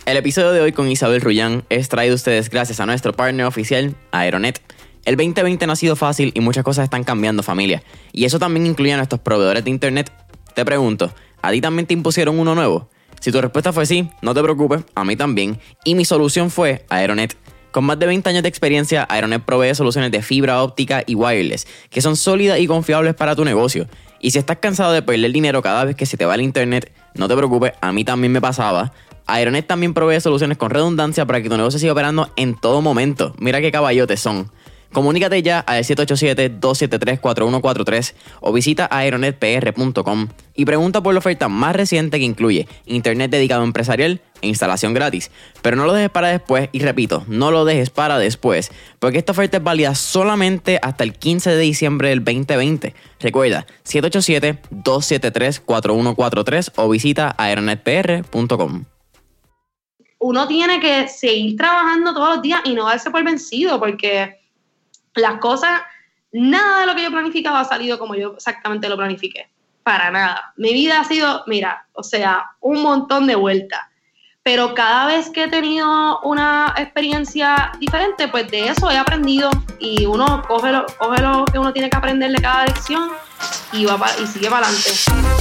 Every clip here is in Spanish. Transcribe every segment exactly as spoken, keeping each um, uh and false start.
El episodio de hoy con Isabel Rullán es traído a ustedes gracias a nuestro partner oficial, Aeronet. El veinte veinte no ha sido fácil y muchas cosas están cambiando, familia. Y eso también incluye a nuestros proveedores de internet. Te pregunto, ¿a ti también te impusieron uno nuevo? Si tu respuesta fue sí, no te preocupes, a mí también. Y mi solución fue Aeronet. Con más de veinte años de experiencia, Aeronet provee soluciones de fibra óptica y wireless, que son sólidas y confiables para tu negocio. Y si estás cansado de perder dinero cada vez que se te va el internet, no te preocupes, a mí también me pasaba. Aeronet también provee soluciones con redundancia para que tu negocio siga operando en todo momento. Mira qué caballotes son. Comunícate ya al siete ocho siete, dos siete tres, cuatro uno cuatro tres o visita aeronet p r punto com y pregunta por la oferta más reciente que incluye internet dedicado empresarial e instalación gratis. Pero no lo dejes para después y repito, no lo dejes para después porque esta oferta es válida solamente hasta el quince de diciembre del veinte veinte. Recuerda, siete ocho siete, dos siete tres, cuatro uno cuatro tres o visita aeronet p r punto com. Uno tiene que seguir trabajando todos los días y no darse por vencido porque las cosas, nada de lo que yo planificaba ha salido como yo exactamente lo planifiqué. Para nada. Mi vida ha sido, mira, o sea, un montón de vueltas. Pero cada vez que he tenido una experiencia diferente, pues de eso he aprendido. Y uno coge lo, coge lo que uno tiene que aprender de cada lección y, va pa, y sigue para adelante.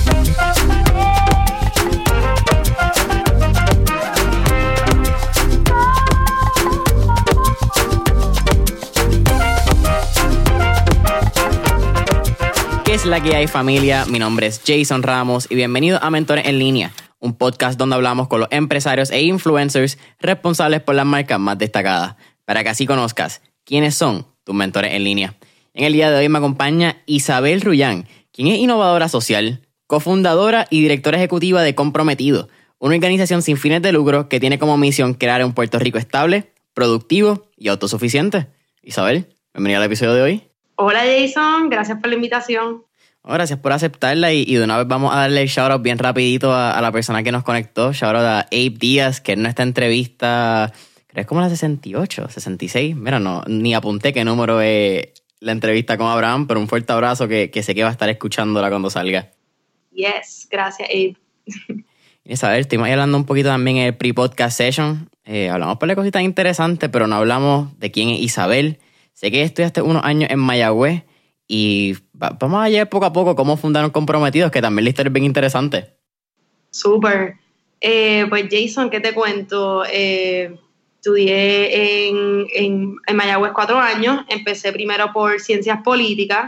¿Qué es la que hay, familia? Mi nombre es Jason Ramos y bienvenido a Mentores en Línea, un podcast donde hablamos con los empresarios e influencers responsables por las marcas más destacadas, para que así conozcas quiénes son tus mentores en línea. En el día de hoy me acompaña Isabel Rullán, quien es innovadora social, cofundadora y directora ejecutiva de Comprometido, una organización sin fines de lucro que tiene como misión crear un Puerto Rico estable, productivo y autosuficiente. Isabel, bienvenida al episodio de hoy. Hola Jason, gracias por la invitación. Oh, gracias por aceptarla y, y de una vez vamos a darle el shoutout bien rapidito a, a la persona que nos conectó. Shoutout a Abe Díaz, que en nuestra entrevista, creo que es como la sesenta y ocho, sesenta y seis. Mira, no, ni apunté qué número es la entrevista con Abraham, pero un fuerte abrazo que, que sé que va a estar escuchándola cuando salga. Yes, gracias Abe. Isabel, estuvimos hablando un poquito también en el pre-podcast session. Eh, hablamos por las cositas interesantes, pero no hablamos de quién es Isabel. Sé que estudiaste unos años en Mayagüez y va, vamos a ver poco a poco cómo fundaron Comprometidos, que también la historia es bien interesante. Súper. Eh, pues Jason, ¿qué te cuento? Eh, estudié en, en, en Mayagüez cuatro años. Empecé primero por Ciencias Políticas.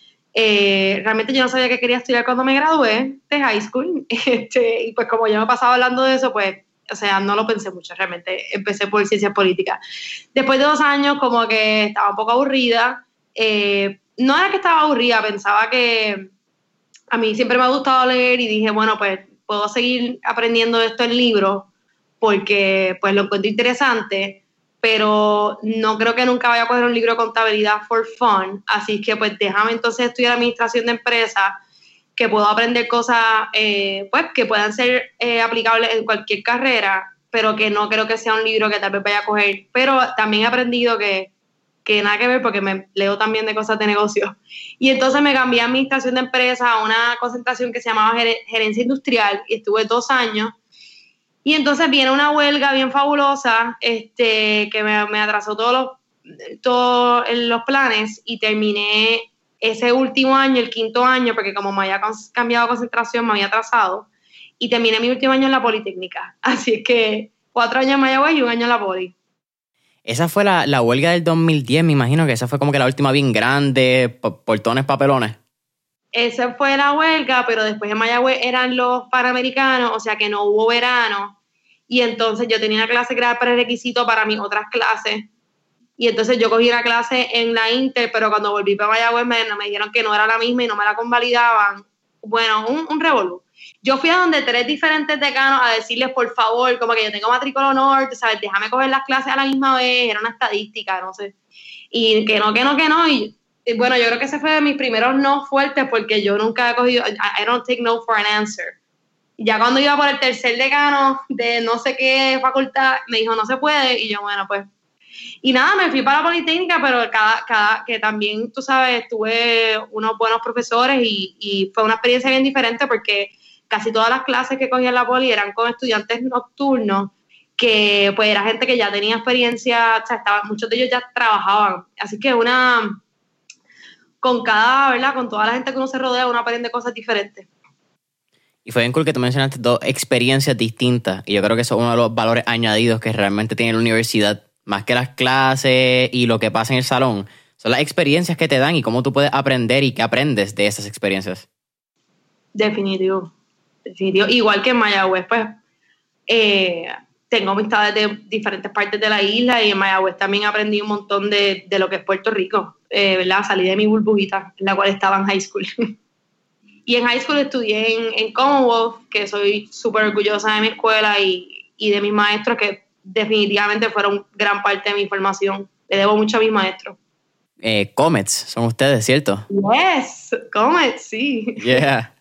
Eh, realmente yo no sabía qué quería estudiar cuando me gradué de high school. Este, y pues como yo me pasaba hablando de eso, pues o sea, no lo pensé mucho, realmente empecé por Ciencias Políticas. Después de dos años como que estaba un poco aburrida. Eh, no era que estaba aburrida, pensaba que a mí siempre me ha gustado leer y dije, bueno, pues puedo seguir aprendiendo esto en libros porque pues lo encuentro interesante, pero no creo que nunca vaya a coger un libro de contabilidad for fun, así que pues déjame entonces estudiar administración de empresas, que puedo aprender cosas eh, pues, que puedan ser eh, aplicables en cualquier carrera, pero que no creo que sea un libro que tal vez vaya a coger. Pero también he aprendido que, que nada que ver porque me leo también de cosas de negocio. Y entonces me cambié a administración de empresas a una concentración que se llamaba ger- gerencia industrial y estuve dos años. Y entonces viene una huelga bien fabulosa este, que me, me atrasó todos los, todos los planes y terminé ese último año, el quinto año, porque como me había cambiado de concentración, me había atrasado, y terminé mi último año en la Politécnica. Así es que cuatro años en Mayagüez y un año en la Poli. Esa fue la, la huelga del dos mil diez, me imagino que esa fue como que la última bien grande, portones, papelones. Esa fue la huelga, pero después en Mayagüez eran los Panamericanos, o sea que no hubo verano, y entonces yo tenía una clase que era prerequisito para mis otras clases. Y entonces yo cogí una clase en la Inter, pero cuando volví para Mayagüez me, me dijeron que no era la misma y no me la convalidaban. Bueno, un, un revolú. Yo fui a donde tres diferentes decanos a decirles, por favor, como que yo tengo matrícula honor, ¿sabes? Déjame coger las clases a la misma vez, era una estadística, no sé. Y que no, que no, que no. Y, y bueno, yo creo que ese fue de mis primeros no fuertes porque yo nunca he cogido, I, I don't take no for an answer. Ya cuando iba por el tercer decano de no sé qué facultad, me dijo, no se puede. Y yo, bueno, pues. Y nada, me fui para la Politécnica, pero cada, cada, que también, tú sabes, tuve unos buenos profesores y, y fue una experiencia bien diferente porque casi todas las clases que cogía en la Poli eran con estudiantes nocturnos que pues era gente que ya tenía experiencia, o sea, estaba, muchos de ellos ya trabajaban. Así que una, con cada, ¿verdad? Con toda la gente que uno se rodea, uno aprende cosas diferentes. Y fue bien cool que tú mencionaste dos experiencias distintas. Y yo creo que eso es uno de los valores añadidos que realmente tiene la universidad. Más que las clases y lo que pasa en el salón. Son las experiencias que te dan y cómo tú puedes aprender y qué aprendes de esas experiencias. Definitivo. Definitivo. Igual que en Mayagüez, pues, eh, tengo amistades de diferentes partes de la isla y en Mayagüez también aprendí un montón de, de lo que es Puerto Rico, eh, ¿verdad? Salí de mi burbujita, en la cual estaba en high school. Y en high school estudié en, en Commonwealth, que soy súper orgullosa de mi escuela y, y de mis maestros, que definitivamente fueron gran parte de mi formación. Le debo mucho a mis maestros. Eh, Comets, son ustedes, ¿cierto? Yes, Comets, sí. Yeah.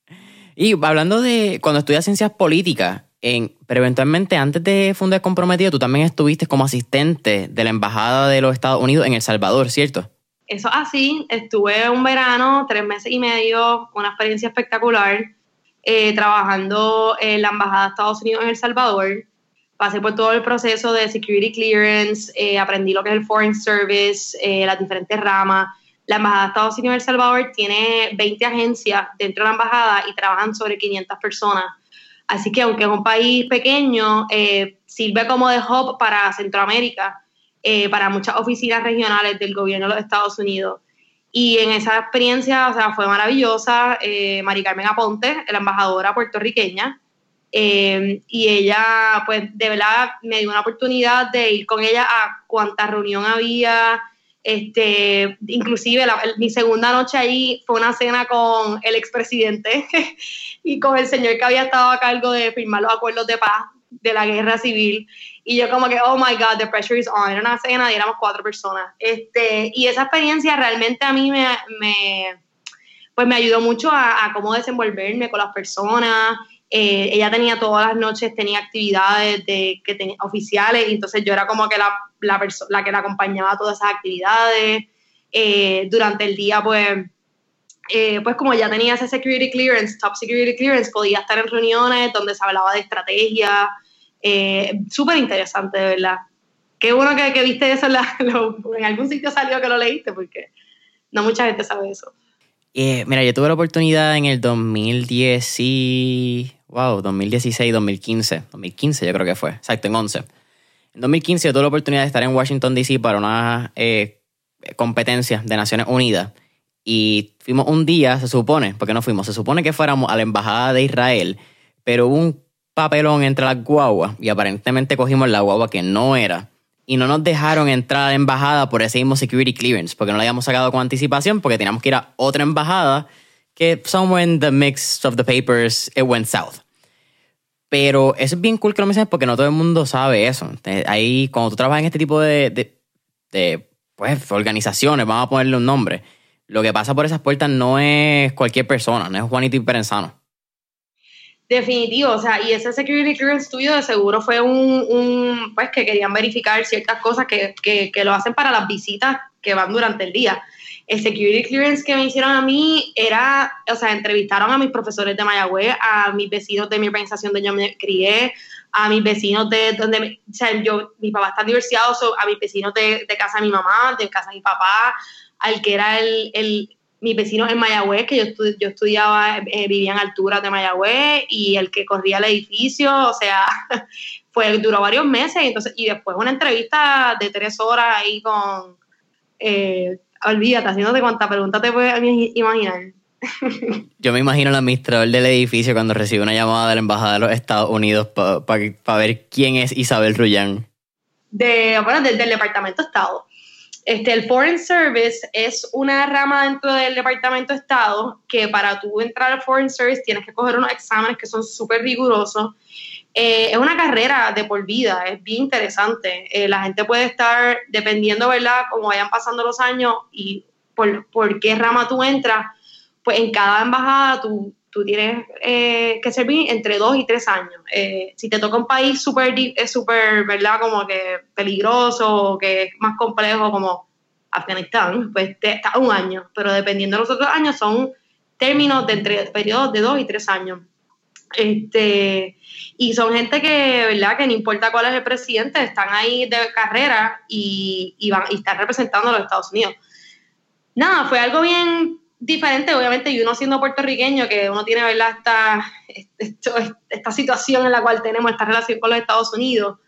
Y hablando de cuando estudias ciencias políticas, en, pero eventualmente antes de fundar Comprometido, tú también estuviste como asistente de la Embajada de los Estados Unidos en El Salvador, ¿cierto? Eso así, estuve un verano, tres meses y medio, una experiencia espectacular, eh, trabajando en la Embajada de Estados Unidos en El Salvador. Pasé por todo el proceso de security clearance, eh, aprendí lo que es el Foreign Service, eh, las diferentes ramas. La Embajada de Estados Unidos en El Salvador tiene veinte agencias dentro de la embajada y trabajan sobre quinientas personas. Así que aunque es un país pequeño, eh, sirve como de hub para Centroamérica, eh, para muchas oficinas regionales del gobierno de los Estados Unidos. Y en esa experiencia, o sea, fue maravillosa. Eh, Mari Carmen Aponte, la embajadora puertorriqueña, eh, y ella, pues, de verdad me dio una oportunidad de ir con ella a cuanta reunión había. Este, inclusive la, mi segunda noche allí fue una cena con el expresidente y con el señor que había estado a cargo de firmar los acuerdos de paz de la guerra civil. Y yo como que, oh my God, the pressure is on. Era una cena y éramos cuatro personas. Este, y esa experiencia realmente a mí me, me, pues me ayudó mucho a, a cómo desenvolverme con las personas. Eh, ella tenía todas las noches, tenía actividades de, que tenía, oficiales, y entonces yo era como que la, la, perso- la que la acompañaba a todas esas actividades. Eh, durante el día, pues, eh, pues como ya tenía ese security clearance, top security clearance, podía estar en reuniones donde se hablaba de estrategia. Eh, súper interesante, de verdad. Qué bueno que, que viste eso en, la, lo, en algún sitio salió que lo leíste, porque no mucha gente sabe eso. Eh, mira, yo tuve la oportunidad en el dos mil diez y... Wow, dos mil dieciséis, dos mil quince. dos mil quince yo creo que fue. Exacto, en once. En dos mil quince yo tuve la oportunidad de estar en Washington, D C para una eh, competencia de Naciones Unidas. Y fuimos un día, se supone, porque no fuimos, se supone que fuéramos a la Embajada de Israel, pero hubo un papelón entre las guaguas y aparentemente cogimos la guagua que no era. Y no nos dejaron entrar a la embajada por ese mismo security clearance, porque no la habíamos sacado con anticipación, porque teníamos que ir a otra embajada que somewhere in the mix of the papers, it went south. Pero eso es bien cool que lo menciones porque no todo el mundo sabe eso. Ahí, cuando tú trabajas en este tipo de, de, de pues, organizaciones, vamos a ponerle un nombre, lo que pasa por esas puertas no es cualquier persona, no es Juanito Perenzano. Definitivo, o sea, y ese security clearance tuyo de seguro fue un, un pues que querían verificar ciertas cosas que, que, que lo hacen para las visitas que van durante el día. El security clearance que me hicieron a mí era, o sea, entrevistaron a mis profesores de Mayagüez, a mis vecinos de mi organización donde yo me crié, a mis vecinos de donde, me, o sea, yo, mi papá está divorciado, so, a mis vecinos de, de casa de mi mamá, de casa de mi papá, al que era el, el mis vecinos en Mayagüez, que yo, estu- yo estudiaba, eh, vivía en alturas de Mayagüez, y el que corría el edificio, o sea, fue, duró varios meses, y, entonces, y después una entrevista de tres horas ahí con, eh, olvídate, haciéndote cuánta pregunta te puedes imaginar. Yo me imagino el administrador del edificio cuando recibe una llamada de la Embajada de los Estados Unidos para pa, pa ver quién es Isabel Rullán. De, bueno, del, del Departamento de Estado. Este, el Foreign Service es una rama dentro del Departamento de Estado que para tú entrar al Foreign Service tienes que coger unos exámenes que son súper rigurosos. Eh, es una carrera de por vida, es bien interesante. Eh, la gente puede estar, dependiendo, ¿verdad?, como vayan pasando los años y por, por qué rama tú entras, pues en cada embajada tú, tú tienes eh, que servir entre dos y tres años. Eh, si te toca un país súper, es súper, ¿verdad?, como que peligroso, que es más complejo como Afganistán, pues te, está un año. Pero dependiendo de los otros años, son términos de entre periodos de dos y tres años. Este, y son gente que, ¿verdad? Que no importa cuál es el presidente, están ahí de carrera y, y, van, y están representando a los Estados Unidos. Nada, fue algo bien diferente, obviamente, y uno siendo puertorriqueño, que uno tiene, ¿verdad? Esta, esto, esta situación en la cual tenemos esta relación con los Estados Unidos,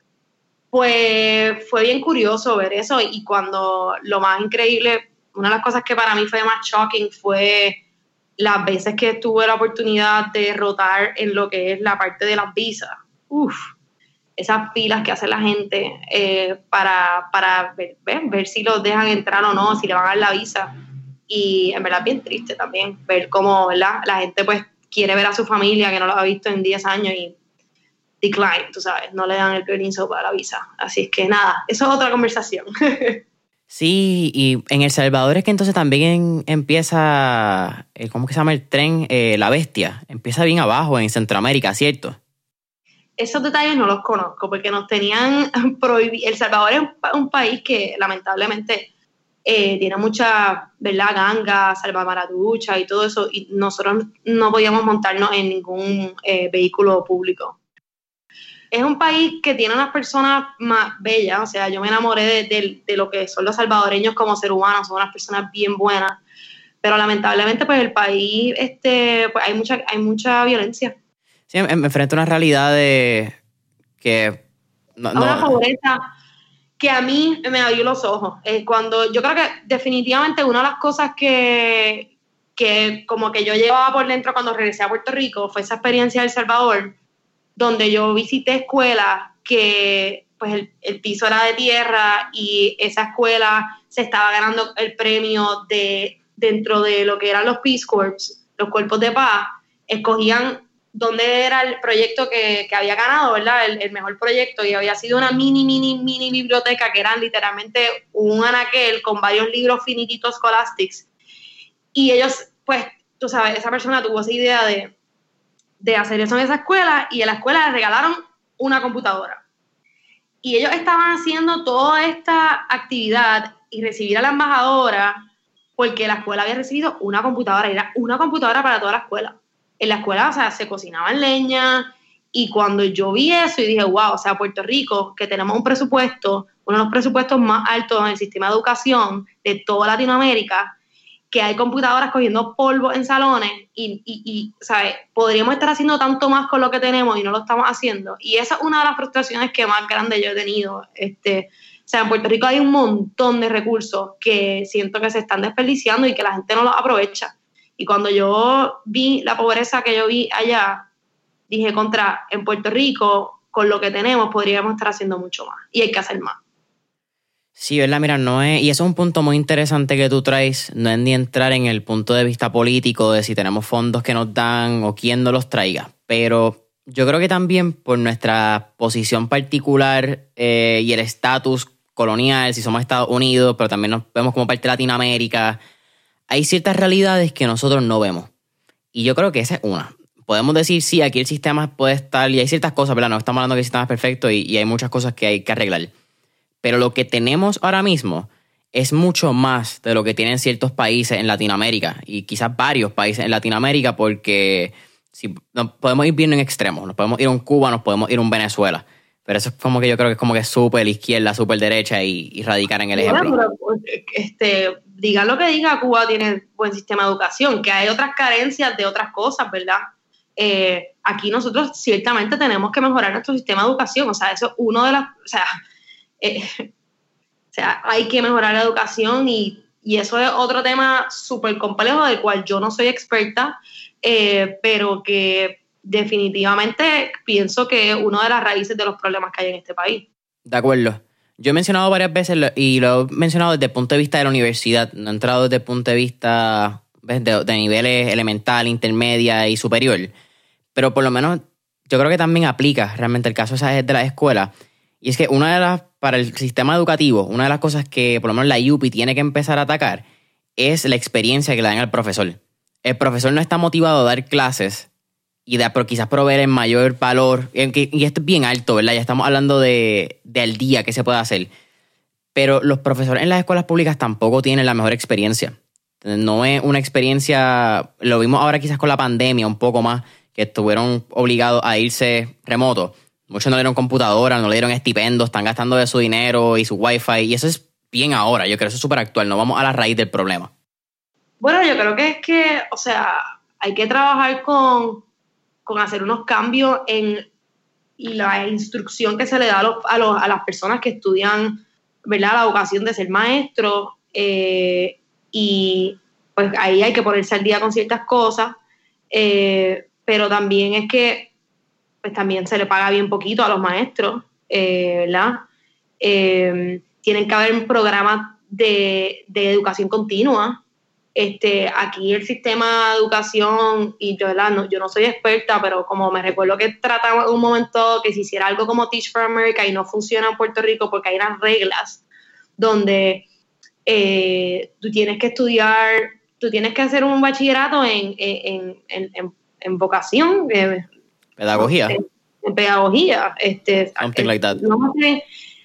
pues fue bien curioso ver eso. Y cuando lo más increíble, una de las cosas que para mí fue más shocking fue las veces que tuve la oportunidad de rotar en lo que es la parte de las visas. Uf, esas filas que hace la gente eh, para, para ver, ver, ver si los dejan entrar o no, si le van a dar la visa. Y en verdad es bien triste también ver cómo, ¿verdad? La gente pues quiere ver a su familia que no lo ha visto en diez años y decline, tú sabes, no le dan el permiso para la visa. Así es que nada, eso es otra conversación. Sí, y en El Salvador es que entonces también empieza, ¿cómo que se llama el tren? Eh, La Bestia. Empieza bien abajo en Centroamérica, ¿cierto? Esos detalles no los conozco porque nos tenían prohibido. El Salvador es un, un país que lamentablemente eh, tiene mucha, ¿verdad? Ganga, salvamaratucha y todo eso, y nosotros no podíamos montarnos en ningún eh, vehículo público. Es un país que tiene unas personas más bellas, o sea, yo me enamoré de, de, de lo que son los salvadoreños como ser humanos, son unas personas bien buenas, pero lamentablemente pues el país, este, pues hay mucha, hay mucha violencia. Sí, me enfrento a una realidad de que... No, a una no. pobreza que a mí me abrió los ojos. Eh, cuando yo creo que definitivamente una de las cosas que, que como que yo llevaba por dentro cuando regresé a Puerto Rico fue esa experiencia de El Salvador, donde yo visité escuelas que pues el, el piso era de tierra y esa escuela se estaba ganando el premio de dentro de lo que eran los Peace Corps, los cuerpos de paz, escogían dónde era el proyecto que, que había ganado, ¿verdad? El, el mejor proyecto, y había sido una mini, mini, mini biblioteca que eran literalmente un anaquel con varios libros finititos scholastics. Y ellos, pues, tú sabes, esa persona tuvo esa idea de de hacer eso en esa escuela, y en la escuela les regalaron una computadora. Y ellos estaban haciendo toda esta actividad y recibir a la embajadora porque la escuela había recibido una computadora, y era una computadora para toda la escuela. En la escuela, o sea, se cocinaba en leña, y cuando yo vi eso y dije, wow, o sea, Puerto Rico, que tenemos un presupuesto, uno de los presupuestos más altos en el sistema de educación de toda Latinoamérica, que hay computadoras cogiendo polvo en salones y, y, y, ¿sabes? Podríamos estar haciendo tanto más con lo que tenemos y no lo estamos haciendo. Y esa es una de las frustraciones que más grande yo he tenido. Este, o sea, en Puerto Rico hay un montón de recursos que siento que se están desperdiciando y que la gente no los aprovecha. Y cuando yo vi la pobreza que yo vi allá, dije, contra, en Puerto Rico, con lo que tenemos, podríamos estar haciendo mucho más. Y hay que hacer más. Sí, ¿verdad? Mira, no es, y eso es un punto muy interesante que tú traes, no es ni entrar en el punto de vista político de si tenemos fondos que nos dan o quién nos los traiga, pero yo creo que también por nuestra posición particular eh, y el estatus colonial, si somos Estados Unidos, pero también nos vemos como parte de Latinoamérica, hay ciertas realidades que nosotros no vemos. Y yo creo que esa es una. Podemos decir, sí, aquí el sistema puede estar, y hay ciertas cosas, ¿verdad? No estamos hablando que el sistema es perfecto y, y hay muchas cosas que hay que arreglar. Pero lo que tenemos ahora mismo es mucho más de lo que tienen ciertos países en Latinoamérica, y quizás varios países en Latinoamérica, porque si, nos podemos ir bien en extremos, nos podemos ir a un Cuba, nos podemos ir a un Venezuela, pero eso es como que yo creo que es como que súper izquierda, súper derecha, y, y radicar en el bueno, ejemplo. Pero, este, diga lo que diga, Cuba tiene buen sistema de educación, que hay otras carencias de otras cosas, ¿verdad? Eh, aquí nosotros ciertamente tenemos que mejorar nuestro sistema de educación, o sea, eso es uno de las... O sea, Eh, o sea, hay que mejorar la educación, y, y eso es otro tema súper complejo del cual yo no soy experta, eh, pero que definitivamente pienso que es una de las raíces de los problemas que hay en este país. De acuerdo. Yo he mencionado varias veces, y lo he mencionado desde el punto de vista de la universidad, no he entrado desde el punto de vista, ¿ves? De, de niveles elemental, intermedia y superior, pero por lo menos yo creo que también aplica realmente el caso de las escuelas. Y es que una de las, para el sistema educativo, una de las cosas que por lo menos la U P I tiene que empezar a atacar es la experiencia que le dan al profesor. El profesor no está motivado a dar clases y de, pero quizás proveer el mayor valor, y esto es bien alto, ¿verdad? Ya estamos hablando de, de al día que se puede hacer. Pero los profesores en las escuelas públicas tampoco tienen la mejor experiencia. No es una experiencia, lo vimos ahora quizás con la pandemia un poco más, que estuvieron obligados a irse remoto. Muchos no le dieron computadora, no le dieron estipendio, están gastando de su dinero y su wifi, y eso es bien ahora, yo creo que eso es súper actual, no vamos a la raíz del problema. Bueno, yo creo que es que, o sea, hay que trabajar con, con hacer unos cambios en la instrucción que se le da a, los, a, los, a las personas que estudian, ¿verdad?, la vocación de ser maestro, eh, y pues ahí hay que ponerse al día con ciertas cosas, eh, pero también es que pues también se le paga bien poquito a los maestros, eh, ¿verdad? Eh, tienen que haber programas de, de educación continua. Este, aquí el sistema de educación, y yo, ¿verdad?, no, yo no soy experta, pero como me recuerdo que trataba en un momento que se hiciera algo como Teach for America y no funciona en Puerto Rico porque hay unas reglas donde eh, tú tienes que estudiar, tú tienes que hacer un bachillerato en, en, en, en, en vocación, eh, pedagogía. En, en pedagogía. Este, Something like that. No sé,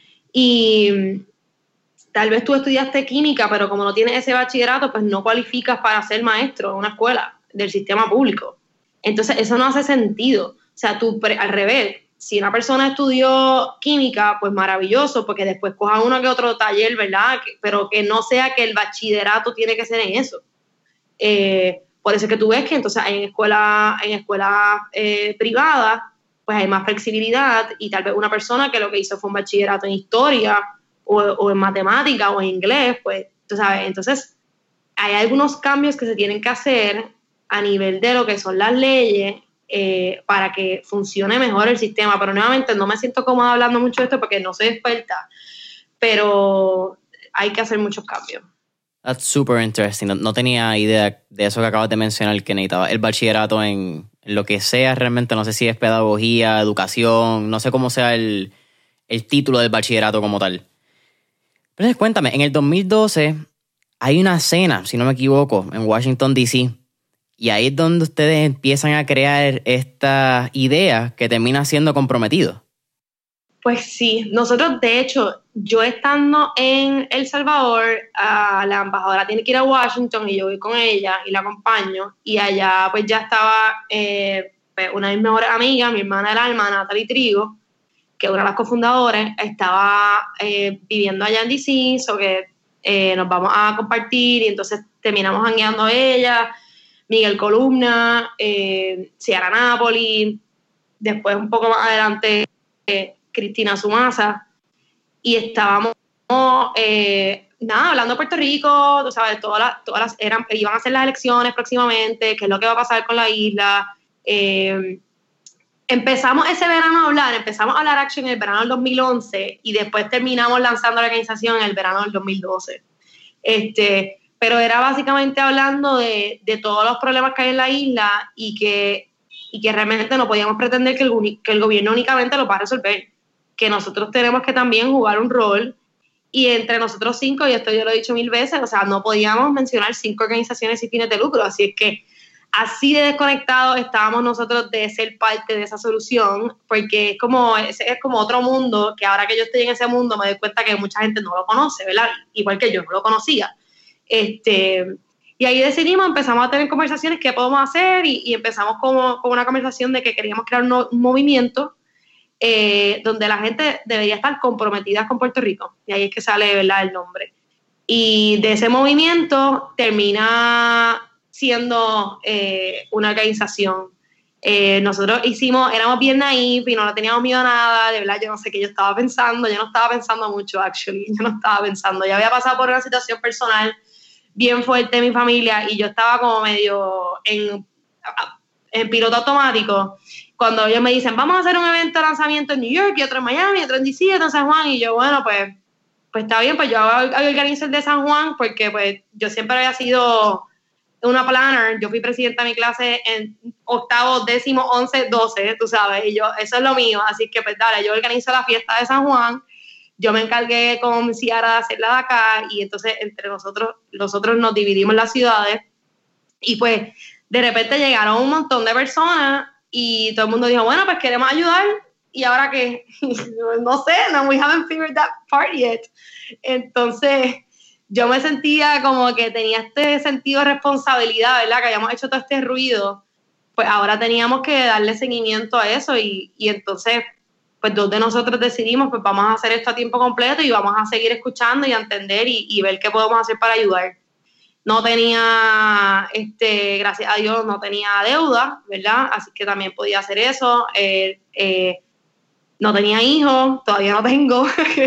y tal vez tú estudiaste química, pero como no tienes ese bachillerato, pues no cualificas para ser maestro en una escuela del sistema público. Entonces, eso no hace sentido. O sea, tú, al revés, si una persona estudió química, pues maravilloso, porque después coja uno que otro taller, ¿verdad? Pero que no sea que el bachillerato tiene que ser en eso. Eh, por eso es que tú ves que entonces en escuelas en escuela, eh, privadas, pues hay más flexibilidad, y tal vez una persona que lo que hizo fue un bachillerato en historia, O, o en matemática o en inglés, pues, tú sabes, entonces hay algunos cambios que se tienen que hacer a nivel de lo que son las leyes, eh, para que funcione mejor el sistema, pero nuevamente no me siento cómoda hablando mucho de esto porque no soy experta, pero hay que hacer muchos cambios. That's super interesting. No, no tenía idea de eso que acabas de mencionar, que necesitaba el bachillerato en, en lo que sea realmente, no sé si es pedagogía, educación, no sé cómo sea el, el título del bachillerato como tal. Pero cuéntame, en el dos mil doce hay una cena, si no me equivoco, en Washington, D C, y ahí es donde ustedes empiezan a crear esta idea que termina siendo comprometido. Pues sí, nosotros de hecho, yo estando en El Salvador, uh, la embajadora tiene que ir a Washington y yo voy con ella y la acompaño, y allá pues ya estaba eh, pues, una de mis mejores amigas, mi hermana del alma, Natalie Trigo, que una de las cofundadoras, estaba eh, viviendo allá en D C, so que eh, nos vamos a compartir, y entonces terminamos hangueando ella, Miguel Columna, eh, Ciara Napoli, después un poco más adelante eh, Cristina Sumasa, y estábamos eh, nada, hablando de Puerto Rico, tú sabes, todas las, todas las eran, iban a hacer las elecciones próximamente, qué es lo que va a pasar con la isla. eh, Empezamos ese verano a hablar, empezamos a hablar Action en el verano del dos mil once y después terminamos lanzando la organización en el verano del dos mil doce. Este, pero era básicamente hablando de, de todos los problemas que hay en la isla y que, y que realmente no podíamos pretender que el, que el gobierno únicamente lo va a resolver, que nosotros tenemos que también jugar un rol, y entre nosotros cinco, y esto yo lo he dicho mil veces, o sea, no podíamos mencionar cinco organizaciones sin fines de lucro, así es que así de desconectados estábamos nosotros de ser parte de esa solución, porque es como, es, es como otro mundo, que ahora que yo estoy en ese mundo me doy cuenta que mucha gente no lo conoce, ¿verdad? Igual que yo no lo conocía. Este, y ahí decidimos, empezamos a tener conversaciones, qué podemos hacer, y, y empezamos como, como una conversación de que queríamos crear un, no, un movimiento eh, donde la gente debería estar comprometida con Puerto Rico, y ahí es que sale, ¿verdad?, el nombre. Y de ese movimiento termina siendo eh, una organización. Eh, nosotros hicimos, éramos bien naif y no le teníamos miedo a nada, de verdad yo no sé qué yo estaba pensando, yo no estaba pensando mucho, actually, yo no estaba pensando, yo había pasado por una situación personal bien fuerte en mi familia y yo estaba como medio en, en piloto automático, cuando ellos me dicen, vamos a hacer un evento de lanzamiento en New York, y otro en Miami, otro en D C, otro en San Juan, y yo, bueno, pues, pues está bien, pues yo organizo el de San Juan, porque pues yo siempre había sido una planner, yo fui presidenta de mi clase en octavo, décimo, once, doce, tú sabes, y yo, eso es lo mío, así que pues dale, yo organizo la fiesta de San Juan, yo me encargué con Ciara de hacerla de acá, y entonces entre nosotros, nosotros nos dividimos las ciudades, y pues de repente llegaron un montón de personas, y todo el mundo dijo, bueno, pues queremos ayudar, y ahora que, no sé, no, we haven't figured that part yet, entonces yo me sentía como que tenía este sentido de responsabilidad, ¿verdad? Que habíamos hecho todo este ruido pues ahora teníamos que darle seguimiento a eso y, y entonces pues dos de nosotros decidimos pues vamos a hacer esto a tiempo completo y vamos a seguir escuchando y a entender y, y ver qué podemos hacer para ayudar. No tenía, este, gracias a Dios, no tenía deuda, ¿verdad? Así que también podía hacer eso. Eh, eh, no tenía hijos, todavía no tengo.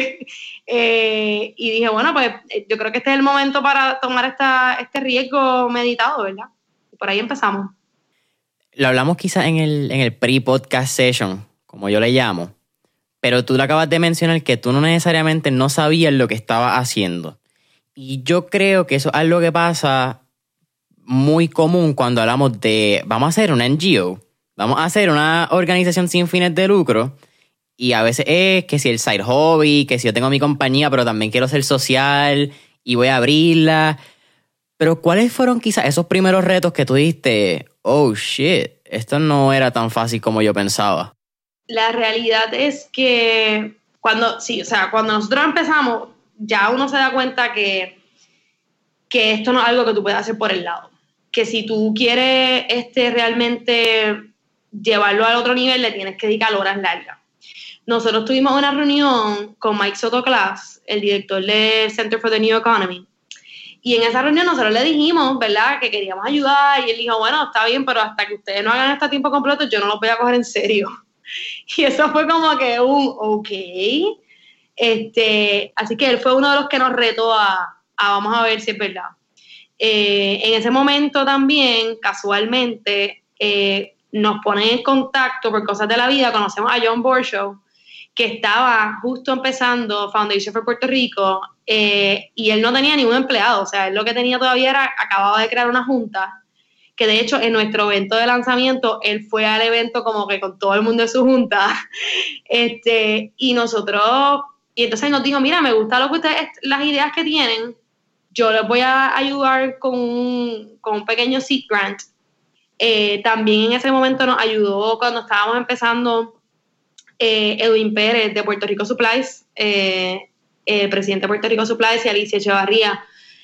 eh, y dije, bueno, pues yo creo que este es el momento para tomar esta, este riesgo meditado, ¿verdad? Y por ahí empezamos. Lo hablamos quizás en el, en el pre-podcast session, como yo le llamo, pero tú le acabas de mencionar que tú no necesariamente no sabías lo que estabas haciendo. Y yo creo que eso es algo que pasa muy común cuando hablamos de vamos a hacer una N G O, vamos a hacer una organización sin fines de lucro, y a veces es que si el side hobby, que si yo tengo mi compañía pero también quiero ser social y voy a abrirla. Pero ¿cuáles fueron quizás esos primeros retos que tú dijiste, oh shit, esto no era tan fácil como yo pensaba? La realidad es que cuando, sí, o sea, cuando nosotros empezamos, ya uno se da cuenta que, que esto no es algo que tú puedes hacer por el lado. Que si tú quieres este, realmente llevarlo al otro nivel, le tienes que dedicar horas largas. Nosotros tuvimos una reunión con Mike Soto-Class, el director del Center for the New Economy, y en esa reunión nosotros le dijimos, ¿verdad?, que queríamos ayudar, y él dijo, bueno, está bien, pero hasta que ustedes no hagan esto a tiempo completo, yo no lo voy a coger en serio. Y eso fue como que un, ok. Este, así que él fue uno de los que nos retó a, a vamos a ver si es verdad. Eh, en ese momento también, casualmente, eh, nos ponen en contacto por cosas de la vida, conocemos a John Borshow, que estaba justo empezando Foundation for Puerto Rico, eh, y él no tenía ningún empleado, o sea, él lo que tenía todavía era, acababa de crear una junta, que de hecho en nuestro evento de lanzamiento, él fue al evento como que con todo el mundo de su junta, este, y nosotros, y entonces nos dijo, mira, me gusta lo que ustedes, las ideas que tienen, yo les voy a ayudar con un, con un pequeño seed grant. Eh, también en ese momento nos ayudó cuando estábamos empezando eh, Edwin Pérez de Puerto Rico Supplies, eh, el presidente de Puerto Rico Supplies, y Alicia Echevarría.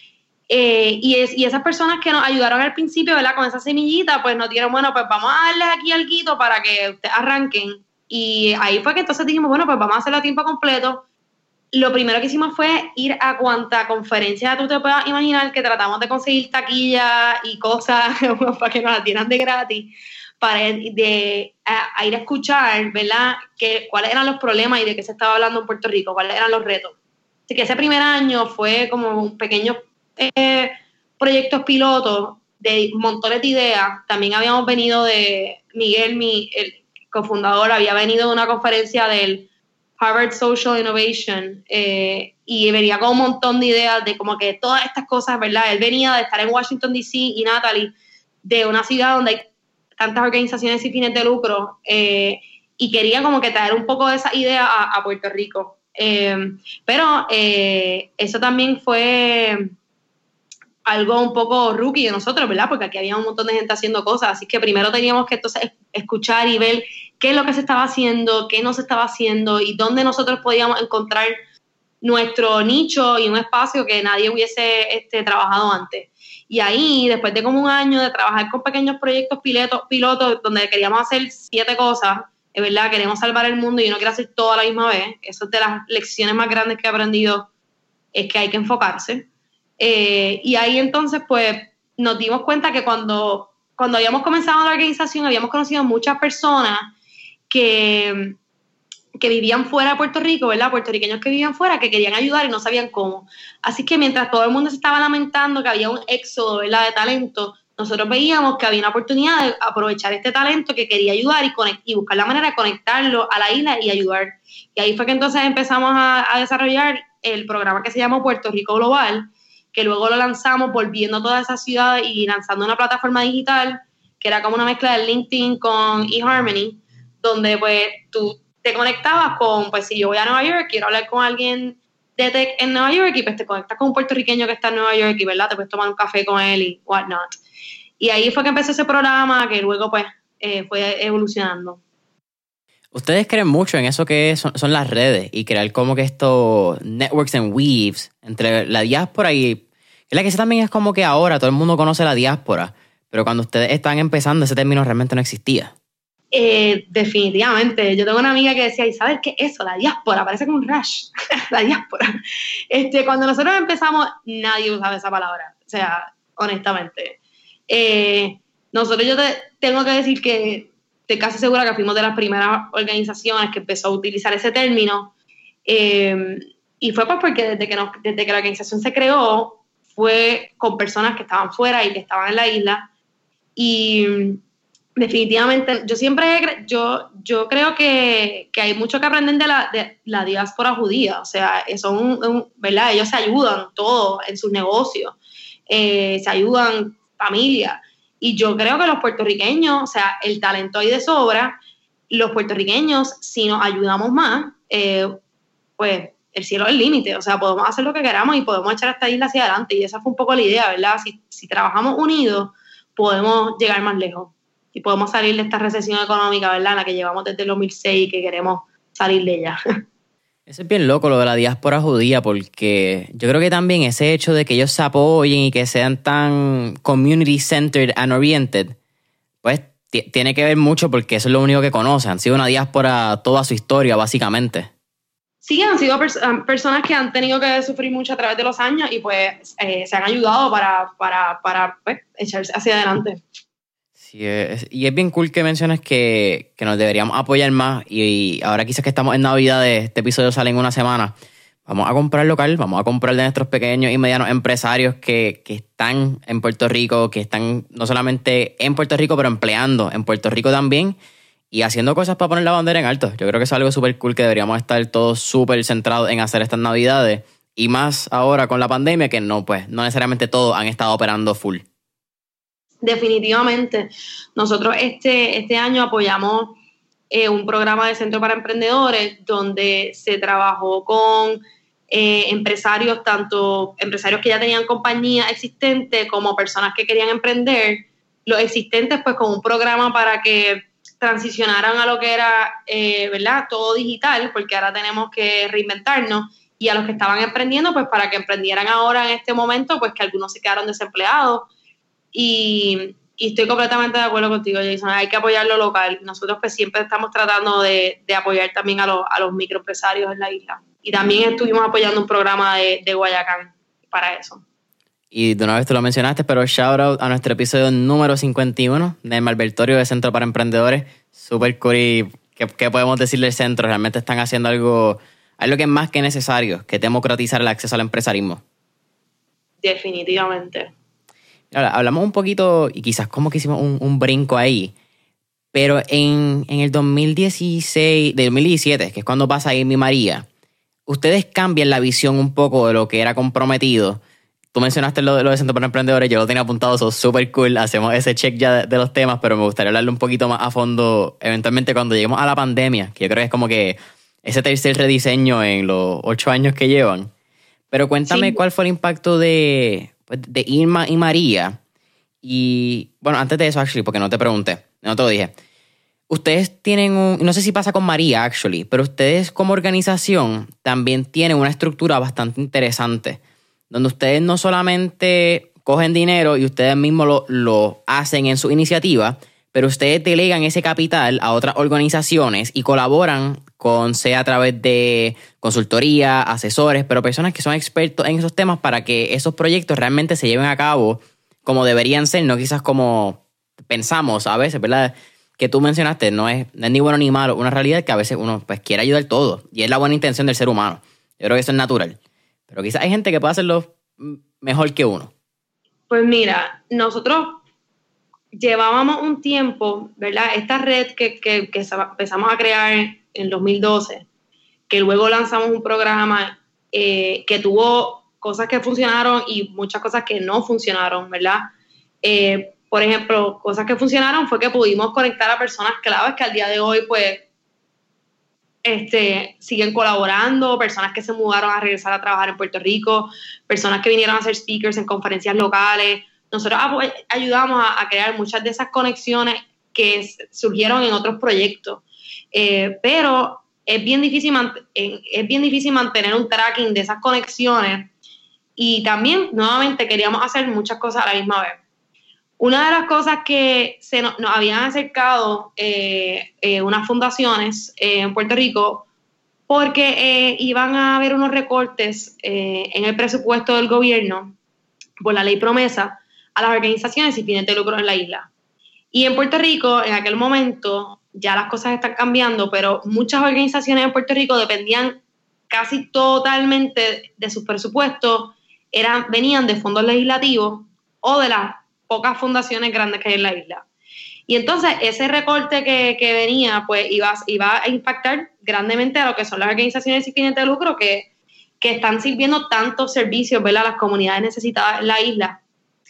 Eh, y, es, y esas personas que nos ayudaron al principio, ¿verdad?, con esa semillita, pues nos dijeron, bueno, pues vamos a darles aquí alguito para que ustedes arranquen. Y ahí fue que entonces dijimos, bueno, pues vamos a hacerlo a tiempo completo. Lo primero que hicimos fue ir a cuanta conferencia tú te puedas imaginar, que tratamos de conseguir taquillas y cosas para que nos las dieran de gratis, para de, a, a ir a escuchar, ¿verdad?, que, cuáles eran los problemas y de qué se estaba hablando en Puerto Rico, cuáles eran los retos. Así que ese primer año fue como un pequeño eh, proyectos pilotos de montones de ideas. También habíamos venido de, Miguel, mi, el cofundador, había venido de una conferencia del Harvard Social Innovation, eh, y venía con un montón de ideas de como que todas estas cosas, ¿verdad? Él venía de estar en Washington, D C, y Natalie, de una ciudad donde hay tantas organizaciones sin fines de lucro, eh, y quería como que traer un poco de esa idea a, a Puerto Rico. Eh, pero eh, eso también fue algo un poco rookie de nosotros, ¿verdad? Porque aquí había un montón de gente haciendo cosas, así que primero teníamos que entonces escuchar y ver qué es lo que se estaba haciendo, qué no se estaba haciendo y dónde nosotros podíamos encontrar nuestro nicho y un espacio que nadie hubiese este, trabajado antes. Y ahí, después de como un año de trabajar con pequeños proyectos pilotos, pilotos donde queríamos hacer siete cosas, es verdad, queremos salvar el mundo y yo no quiero hacer todo a la misma vez. Eso es de las lecciones más grandes que he aprendido, es que hay que enfocarse. Eh, y ahí entonces, pues, nos dimos cuenta que cuando, cuando habíamos comenzado la organización, habíamos conocido muchas personas que, que vivían fuera de Puerto Rico, ¿verdad? Puertorriqueños que vivían fuera, que querían ayudar y no sabían cómo. Así que mientras todo el mundo se estaba lamentando que había un éxodo, ¿verdad?, de talento, nosotros veíamos que había una oportunidad de aprovechar este talento que quería ayudar y, conect- y buscar la manera de conectarlo a la isla y ayudar. Y ahí fue que entonces empezamos a, a desarrollar el programa que se llama Puerto Rico Global, que luego lo lanzamos volviendo a todas esas ciudades y lanzando una plataforma digital que era como una mezcla de LinkedIn con eHarmony, donde pues tú te conectabas con, pues si yo voy a Nueva York, quiero hablar con alguien de tech en Nueva York, y pues te conectas con un puertorriqueño que está en Nueva York y, ¿verdad?, te puedes tomar un café con él y whatnot. Y ahí fue que empezó ese programa que luego pues eh, fue evolucionando. Ustedes creen mucho en eso que son, son las redes y crear como que estos networks and weaves entre la diáspora y... Es la que también es como que ahora todo el mundo conoce la diáspora, Pero cuando ustedes estaban empezando, ese término realmente no existía. Eh, definitivamente. Yo tengo una amiga que decía, ¿y sabes qué es eso? La diáspora, parece como un rash. La diáspora. Este, cuando nosotros empezamos, nadie usaba esa palabra. O sea, honestamente. Eh, nosotros, yo te tengo que decir que estoy casi segura que fuimos de las primeras organizaciones que empezó a utilizar ese término. Eh, y fue pues porque desde que, nos, desde que la organización se creó, fue con personas que estaban fuera y que estaban en la isla. Y definitivamente, yo siempre, yo, yo creo que, que hay mucho que aprender de la, de la diáspora judía. O sea, son, un, ¿verdad? Ellos se ayudan todos en sus negocios, eh, se ayudan familias. Y yo creo que los puertorriqueños, o sea, el talento hay de sobra. Los puertorriqueños, si nos ayudamos más, eh, pues el cielo es el límite. O sea, podemos hacer lo que queramos y podemos echar esta isla hacia adelante. Y esa fue un poco la idea, ¿verdad? Si, si trabajamos unidos, podemos llegar más lejos y podemos salir de esta recesión económica, ¿verdad?, en la que llevamos desde el dos mil seis y que queremos salir de ella. Eso es bien loco, lo de la diáspora judía, porque yo creo que también ese hecho de que ellos se apoyen y que sean tan community-centered and oriented, pues t- tiene que ver mucho porque eso es lo único que conocen. Han sido una diáspora toda su historia, básicamente. Sí, han sido pers- personas que han tenido que sufrir mucho a través de los años y pues eh, se han ayudado para, para, para pues, echarse hacia adelante. Sí, es, y es bien cool que menciones que, que nos deberíamos apoyar más y, y ahora quizás que estamos en Navidad, este episodio sale en una semana, vamos a comprar local, vamos a comprar de nuestros pequeños y medianos empresarios que, que están en Puerto Rico, que están no solamente en Puerto Rico, pero empleando en Puerto Rico también y haciendo cosas para poner la bandera en alto. Yo creo que es algo súper cool que deberíamos estar todos súper centrados en hacer estas Navidades y más ahora con la pandemia que no, pues, no necesariamente todos han estado operando full. Definitivamente. Nosotros este, este año apoyamos eh, un programa de Centro para Emprendedores donde se trabajó con eh, empresarios, tanto empresarios que ya tenían compañía existente como personas que querían emprender. Los existentes pues con un programa para que transicionaran a lo que era, eh, ¿verdad?, todo digital, porque ahora tenemos que reinventarnos, y a los que estaban emprendiendo pues para que emprendieran ahora en este momento, pues que algunos se quedaron desempleados. Y, y estoy completamente de acuerdo contigo, Jason. Hay que apoyar lo local. Nosotros pues siempre estamos tratando de, de apoyar también a, los, a los microempresarios en la isla. Y también estuvimos apoyando un programa de, de Guayacán para eso. Y de una vez tú lo mencionaste, pero shout out a nuestro episodio número cincuenta y uno del Malvertorio de Centro para Emprendedores. Súper cool. Y ¿qué, qué podemos decir del centro? Realmente están haciendo algo, algo que es más que necesario, que es democratizar el acceso al empresarismo. Definitivamente. Ahora, hablamos un poquito, y quizás como que hicimos un, un brinco ahí, pero en, en el dos mil dieciséis, de dos mil diecisiete, que es cuando pasa Irma y María, ustedes cambian la visión un poco de lo que era comprometido. Tú mencionaste lo de, lo de Centro para Emprendedores, yo lo tenía apuntado, eso es súper cool, hacemos ese check ya de, de los temas, pero me gustaría hablarle un poquito más a fondo, eventualmente cuando lleguemos a la pandemia, que yo creo que es como que ese tercer rediseño en los ocho años que llevan. Pero cuéntame sí. ¿Cuál fue el impacto de, de Irma y María? Y bueno, antes de eso, actually, porque no te pregunté, no te lo dije. Ustedes tienen un, no sé si pasa con María, actually, pero ustedes como organización también tienen una estructura bastante interesante, donde ustedes no solamente cogen dinero y ustedes mismos lo, lo hacen en su iniciativa, pero ustedes delegan ese capital a otras organizaciones y colaboran con, sea a través de consultoría, asesores, pero personas que son expertos en esos temas para que esos proyectos realmente se lleven a cabo como deberían ser, no quizás como pensamos a veces, ¿verdad? Que tú mencionaste, no es, no es ni bueno ni malo, una realidad que a veces uno pues quiere ayudar todo y es la buena intención del ser humano. Yo creo que eso es natural. Pero quizás hay gente que puede hacerlo mejor que uno. Pues mira, nosotros llevábamos un tiempo, ¿verdad? Esta red que, que, que empezamos a crear en el dos mil doce, que luego lanzamos un programa eh, que tuvo cosas que funcionaron y muchas cosas que no funcionaron, ¿verdad? Eh, por ejemplo, cosas que funcionaron fue que pudimos conectar a personas claves que al día de hoy, pues, Este, siguen colaborando, personas que se mudaron a regresar a trabajar en Puerto Rico, personas que vinieron a ser speakers en conferencias locales. Nosotros ayudamos a, a crear muchas de esas conexiones que surgieron en otros proyectos, eh, pero es bien difícil es bien difícil mantener un tracking de esas conexiones y también nuevamente queríamos hacer muchas cosas a la misma vez. Una de las cosas que se nos, nos habían acercado eh, eh, unas fundaciones eh, en Puerto Rico porque eh, iban a haber unos recortes eh, en el presupuesto del gobierno por la ley promesa a las organizaciones sin fines de lucro en la isla. Y en Puerto Rico, en aquel momento, ya las cosas están cambiando, pero muchas organizaciones en Puerto Rico dependían casi totalmente de sus presupuestos, eran, venían de fondos legislativos o de las pocas fundaciones grandes que hay en la isla. Y entonces ese recorte que, que venía, pues iba, iba a impactar grandemente a lo que son las organizaciones sin fines de lucro que, que están sirviendo tantos servicios, ¿verdad?, a las comunidades necesitadas en la isla.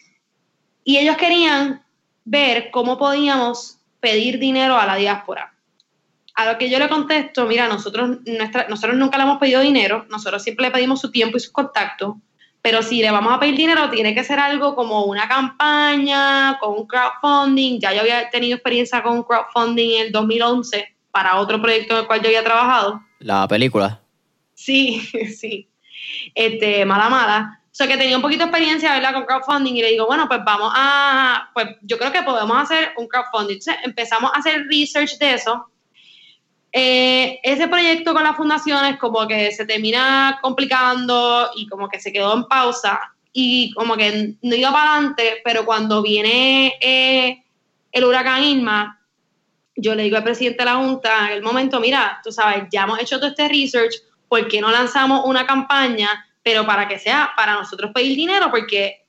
Y ellos querían ver cómo podíamos pedir dinero a la diáspora. A lo que yo le contesto, mira, nosotros, nuestra, nosotros nunca le hemos pedido dinero, nosotros siempre le pedimos su tiempo y sus contactos, pero si le vamos a pedir dinero tiene que ser algo como una campaña, con un crowdfunding. Ya yo había tenido experiencia con crowdfunding en el dos mil once para otro proyecto en el cual yo había trabajado. La película. Sí, sí. Este, mala, mala. O sea, que tenía un poquito de experiencia, ¿verdad?, con crowdfunding, y le digo, bueno, pues vamos a, pues yo creo que podemos hacer un crowdfunding. Entonces empezamos a hacer research de eso. Eh, ese proyecto con las fundaciones como que se termina complicando y como que se quedó en pausa y como que no iba para adelante, pero cuando viene eh, el huracán Irma, yo le digo al presidente de la Junta en el momento, mira, tú sabes, ya hemos hecho todo este research, ¿por qué no lanzamos una campaña, pero para que sea para nosotros pedir dinero? Porque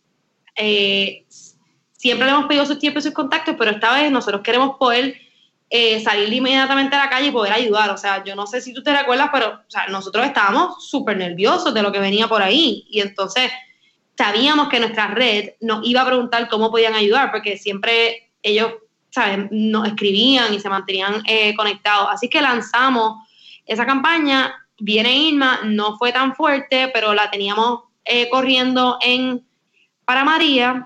eh, siempre le hemos pedido sus tiempos y sus contactos, pero esta vez nosotros queremos poder eh, salir inmediatamente a la calle y poder ayudar. O sea, yo no sé si tú te recuerdas, pero o sea, nosotros estábamos súper nerviosos de lo que venía por ahí, y entonces sabíamos que nuestra red nos iba a preguntar cómo podían ayudar, porque siempre ellos, ¿sabes?, nos escribían y se mantenían eh, conectados. Así que lanzamos esa campaña. Viene Irma, no fue tan fuerte, pero la teníamos eh, corriendo en para María.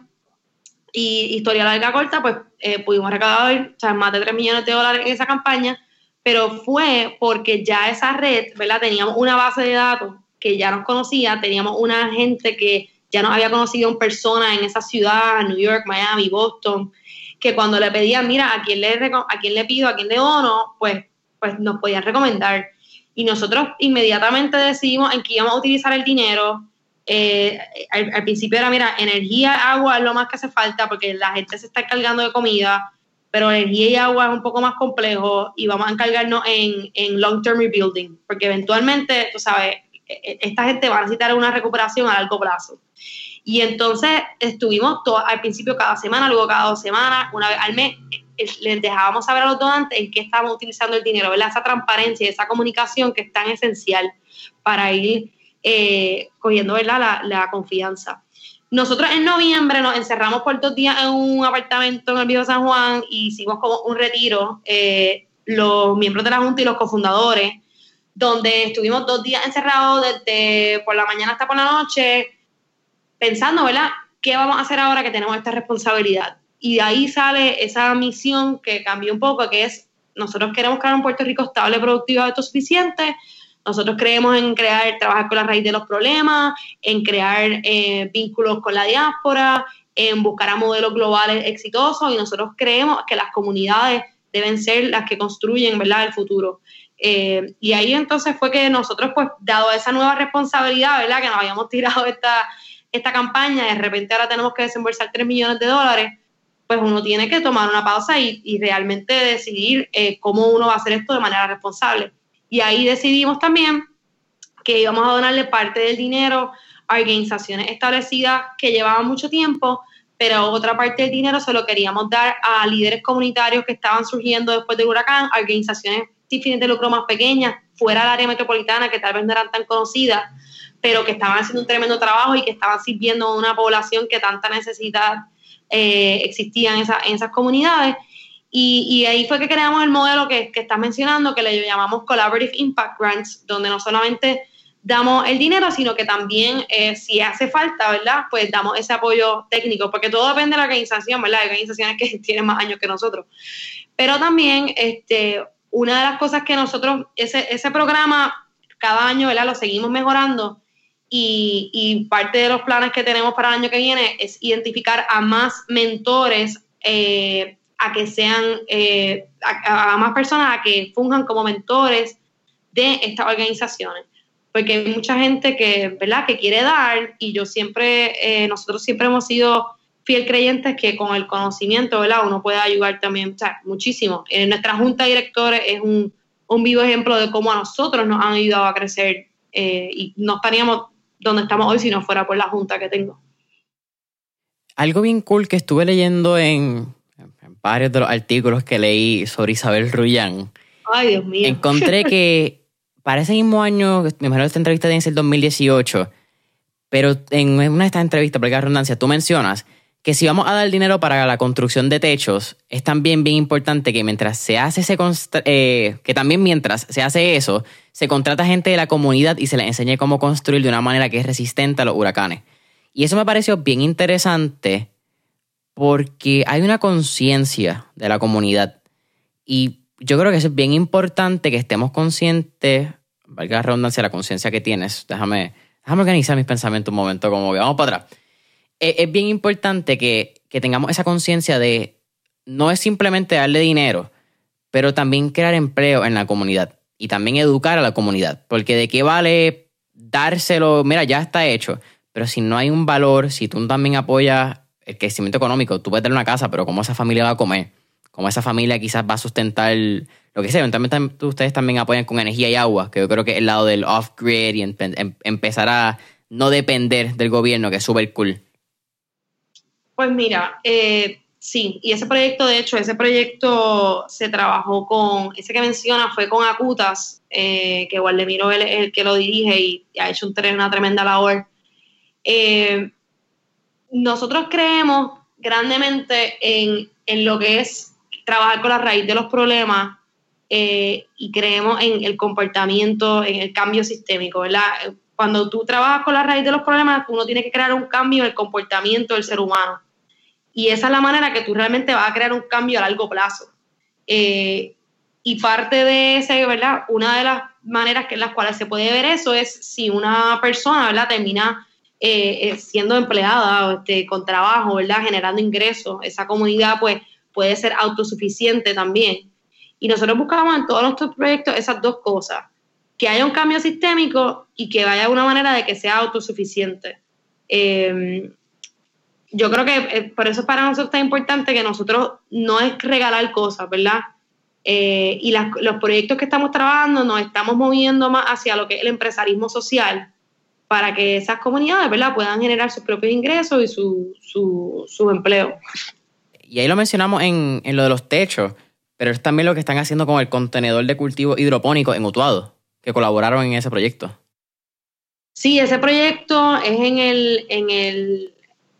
Y historia larga corta, pues eh, pudimos recaudar, o sea, más de tres millones de dólares en esa campaña, pero fue porque ya esa red, ¿verdad?, teníamos una base de datos que ya nos conocía, teníamos una gente que ya nos había conocido en persona en esa ciudad, New York, Miami, Boston, que cuando le pedían, mira, ¿a quién le, a quién le pido, a quién le dono?, pues, pues nos podían recomendar. Y nosotros inmediatamente decidimos en qué íbamos a utilizar el dinero. Eh, al, al principio era, mira, energía, agua es lo más que hace falta porque la gente se está encargando de comida, pero energía y agua es un poco más complejo y vamos a encargarnos en, en long-term rebuilding, porque eventualmente, tú sabes, esta gente va a necesitar una recuperación a largo plazo. Y entonces estuvimos todo, al principio cada semana, luego cada dos semanas, una vez al mes, les dejábamos saber a los donantes en qué estábamos utilizando el dinero, ¿verdad? Esa transparencia y esa comunicación que es tan esencial para ir eh, cogiendo, ¿verdad?, la, la confianza. Nosotros en noviembre nos encerramos por dos días en un apartamento en el Viejo San Juan y hicimos como un retiro, eh, los miembros de la Junta y los cofundadores, donde estuvimos dos días encerrados desde por la mañana hasta por la noche, pensando, ¿verdad?, ¿qué vamos a hacer ahora que tenemos esta responsabilidad? Y de ahí sale esa misión que cambió un poco, que es, nosotros queremos crear un Puerto Rico estable, productivo, autosuficiente. Nosotros creemos en crear, trabajar con la raíz de los problemas, en crear eh, vínculos con la diáspora, en buscar a modelos globales exitosos, y nosotros creemos que las comunidades deben ser las que construyen, ¿verdad?, el futuro. Eh, y ahí entonces fue que nosotros, pues, dado esa nueva responsabilidad, ¿verdad?, que nos habíamos tirado esta, esta campaña, de repente ahora tenemos que desembolsar tres millones de dólares, pues uno tiene que tomar una pausa y, y realmente decidir eh, cómo uno va a hacer esto de manera responsable. Y ahí decidimos también que íbamos a donarle parte del dinero a organizaciones establecidas que llevaban mucho tiempo, pero otra parte del dinero se lo queríamos dar a líderes comunitarios que estaban surgiendo después del huracán, a organizaciones sin fines de lucro más pequeñas, fuera del área metropolitana, que tal vez no eran tan conocidas, pero que estaban haciendo un tremendo trabajo y que estaban sirviendo a una población que tanta necesidad eh, existía en, esa, en esas comunidades. Y, y ahí fue que creamos el modelo que, que estás mencionando, que le llamamos Collaborative Impact Grants, donde no solamente damos el dinero, sino que también, eh, si hace falta, ¿verdad?, pues damos ese apoyo técnico, porque todo depende de la organización, ¿verdad? Hay organizaciones que tienen más años que nosotros. Pero también, este, una de las cosas que nosotros, ese, ese programa, cada año, ¿verdad?, lo seguimos mejorando, y, y parte de los planes que tenemos para el año que viene es identificar a más mentores, eh, a que sean, eh, a, a más personas a que funjan como mentores de estas organizaciones. Porque hay mucha gente que, ¿verdad?, que quiere dar, y yo siempre, eh, nosotros siempre hemos sido fiel creyentes que con el conocimiento, ¿verdad?, uno puede ayudar también, o sea, muchísimo. En nuestra junta de directores es un, un vivo ejemplo de cómo a nosotros nos han ayudado a crecer, eh, y no estaríamos donde estamos hoy si no fuera por la junta que tengo. Algo bien cool que estuve leyendo en, en varios de los artículos que leí sobre Isabel Rullán. Ay, Dios mío. Encontré que para ese mismo año, me imagino que esta entrevista tiene que ser el dos mil dieciocho, pero en una de estas entrevistas, por la redundancia, tú mencionas que si vamos a dar dinero para la construcción de techos, es también bien importante que mientras se hace ese const- eh, que también mientras se hace eso, se contrata gente de la comunidad y se les enseñe cómo construir de una manera que es resistente a los huracanes. Y eso me pareció bien interesante porque hay una conciencia de la comunidad. Y yo creo que eso es bien importante, que estemos conscientes, valga la redundancia, la conciencia que tienes. Déjame, déjame organizar mis pensamientos un momento, como que vamos para atrás. Es, es bien importante que, que tengamos esa conciencia de no es simplemente darle dinero, pero también crear empleo en la comunidad y también educar a la comunidad. Porque de qué vale dárselo, mira, ya está hecho, pero si no hay un valor, si tú también apoyas el crecimiento económico, tú puedes tener una casa, pero ¿cómo esa familia va a comer? Como esa familia quizás va a sustentar lo que sea. Eventualmente ustedes también apoyan con energía y agua, que yo creo que es el lado del off-grid y em- em- empezar a no depender del gobierno, que es súper cool. Pues mira, eh, sí, y ese proyecto, de hecho, ese proyecto se trabajó con, ese que menciona fue con Acutas, eh, que Waldemiro es el que lo dirige y ha hecho un, una tremenda labor. Eh, nosotros creemos grandemente en, en lo que es trabajar con la raíz de los problemas, eh, y creemos en el comportamiento, en el cambio sistémico, ¿verdad? Cuando tú trabajas con la raíz de los problemas, uno tiene que crear un cambio en el comportamiento del ser humano. Y esa es la manera que tú realmente vas a crear un cambio a largo plazo. Eh, y parte de ese, ¿verdad? Una de las maneras en las cuales se puede ver eso es si una persona, ¿verdad?, termina eh, siendo empleada, este, con trabajo, ¿verdad?, generando ingresos. Esa comunidad, pues, puede ser autosuficiente también. Y nosotros buscamos en todos nuestros proyectos esas dos cosas: que haya un cambio sistémico y que vaya de una manera de que sea autosuficiente. Eh, yo creo que eh, por eso para nosotros es tan importante que nosotros no es regalar cosas, ¿verdad? Eh, y las, los proyectos que estamos trabajando nos estamos moviendo más hacia lo que es el empresarismo social, para que esas comunidades, ¿verdad?, puedan generar sus propios ingresos y su, su, su empleo. Y ahí lo mencionamos en, en lo de los techos, pero es también lo que están haciendo con el contenedor de cultivo hidropónico en Utuado, que colaboraron en ese proyecto. Sí, ese proyecto es en el, en el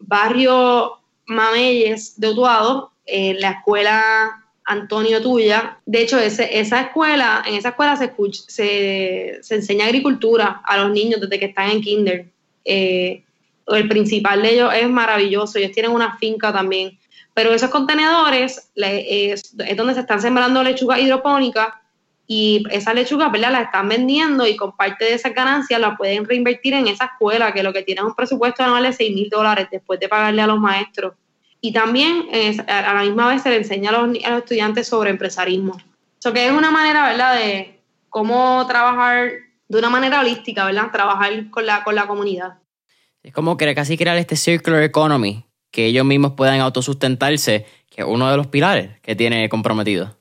barrio Mameyes de Utuado, en la escuela Antonio Tuya. De hecho, ese, esa escuela, en esa escuela se, escucha, se, se enseña agricultura a los niños desde que están en kinder. Eh, el principal de ellos es maravilloso, ellos tienen una finca también. Pero esos contenedores le, es, es donde se están sembrando lechuga hidropónica, y esas lechugas, ¿verdad?, las están vendiendo, y con parte de esas ganancias las pueden reinvertir en esa escuela, que lo que tiene es un presupuesto anual de seis mil dólares después de pagarle a los maestros. Y también eh, a la misma vez se le enseña a los, a los estudiantes sobre empresarismo. Eso que es una manera, ¿verdad?, de cómo trabajar de una manera holística, ¿verdad?, trabajar con la, con la comunidad. Es como que casi crear este circular economy, que ellos mismos puedan autosustentarse, que es uno de los pilares que tiene comprometido.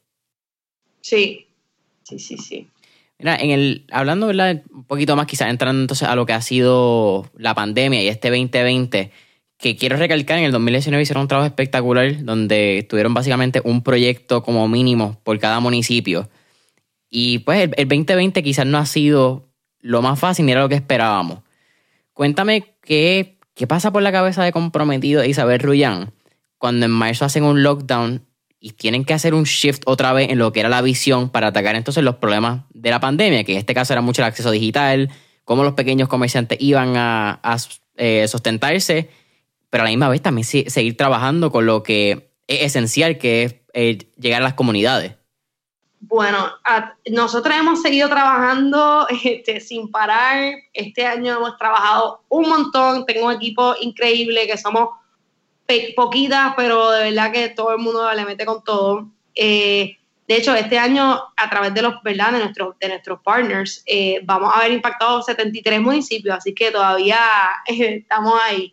Sí. Sí, sí, sí. Mira, en el, hablando, ¿verdad?, un poquito más, quizás entrando entonces a lo que ha sido la pandemia y este veinte veinte, que quiero recalcar, en el dos mil diecinueve hicieron un trabajo espectacular donde tuvieron básicamente un proyecto como mínimo por cada municipio. Y pues el, el veinte veinte quizás no ha sido lo más fácil ni era lo que esperábamos. Cuéntame qué, qué pasa por la cabeza de comprometido de Isabel Rullán cuando en marzo hacen un lockdown y tienen que hacer un shift otra vez en lo que era la visión para atacar entonces los problemas de la pandemia, que en este caso era mucho el acceso digital, cómo los pequeños comerciantes iban a, a eh, sustentarse, pero a la misma vez también sí, seguir trabajando con lo que es esencial, que es eh, llegar a las comunidades. Bueno, a, nosotros hemos seguido trabajando este, sin parar. Este año hemos trabajado un montón. Tengo un equipo increíble que somos pe- poquitas, pero de verdad que todo el mundo le mete con todo. Eh, de hecho, este año, a través de los, ¿verdad? de nuestros, de nuestros partners, eh, vamos a haber impactado setenta y tres municipios, así que todavía eh, estamos ahí.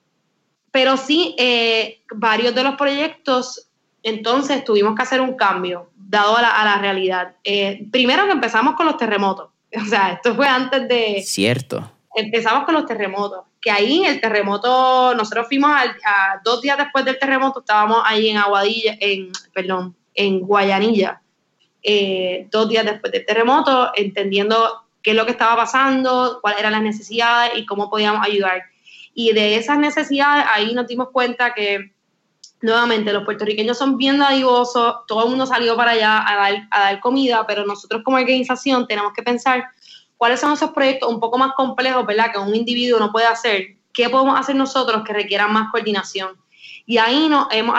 Pero sí, eh, varios de los proyectos, entonces tuvimos que hacer un cambio, dado a la, a la realidad. Eh, primero que empezamos con los terremotos. O sea, esto fue antes de... Cierto. Empezamos con los terremotos. Que ahí el terremoto, nosotros fuimos a, a dos días después del terremoto, estábamos ahí en Aguadilla, en, perdón, en Guayanilla. Eh, dos días después del terremoto, entendiendo qué es lo que estaba pasando, cuáles eran las necesidades y cómo podíamos ayudar. Y de esas necesidades, ahí nos dimos cuenta que, nuevamente, los puertorriqueños son bien dadivosos, todo el mundo salió para allá a dar, a dar comida, pero nosotros como organización tenemos que pensar cuáles son esos proyectos un poco más complejos, ¿verdad?, que un individuo no puede hacer. ¿Qué podemos hacer nosotros que requieran más coordinación? Y ahí nos hemos,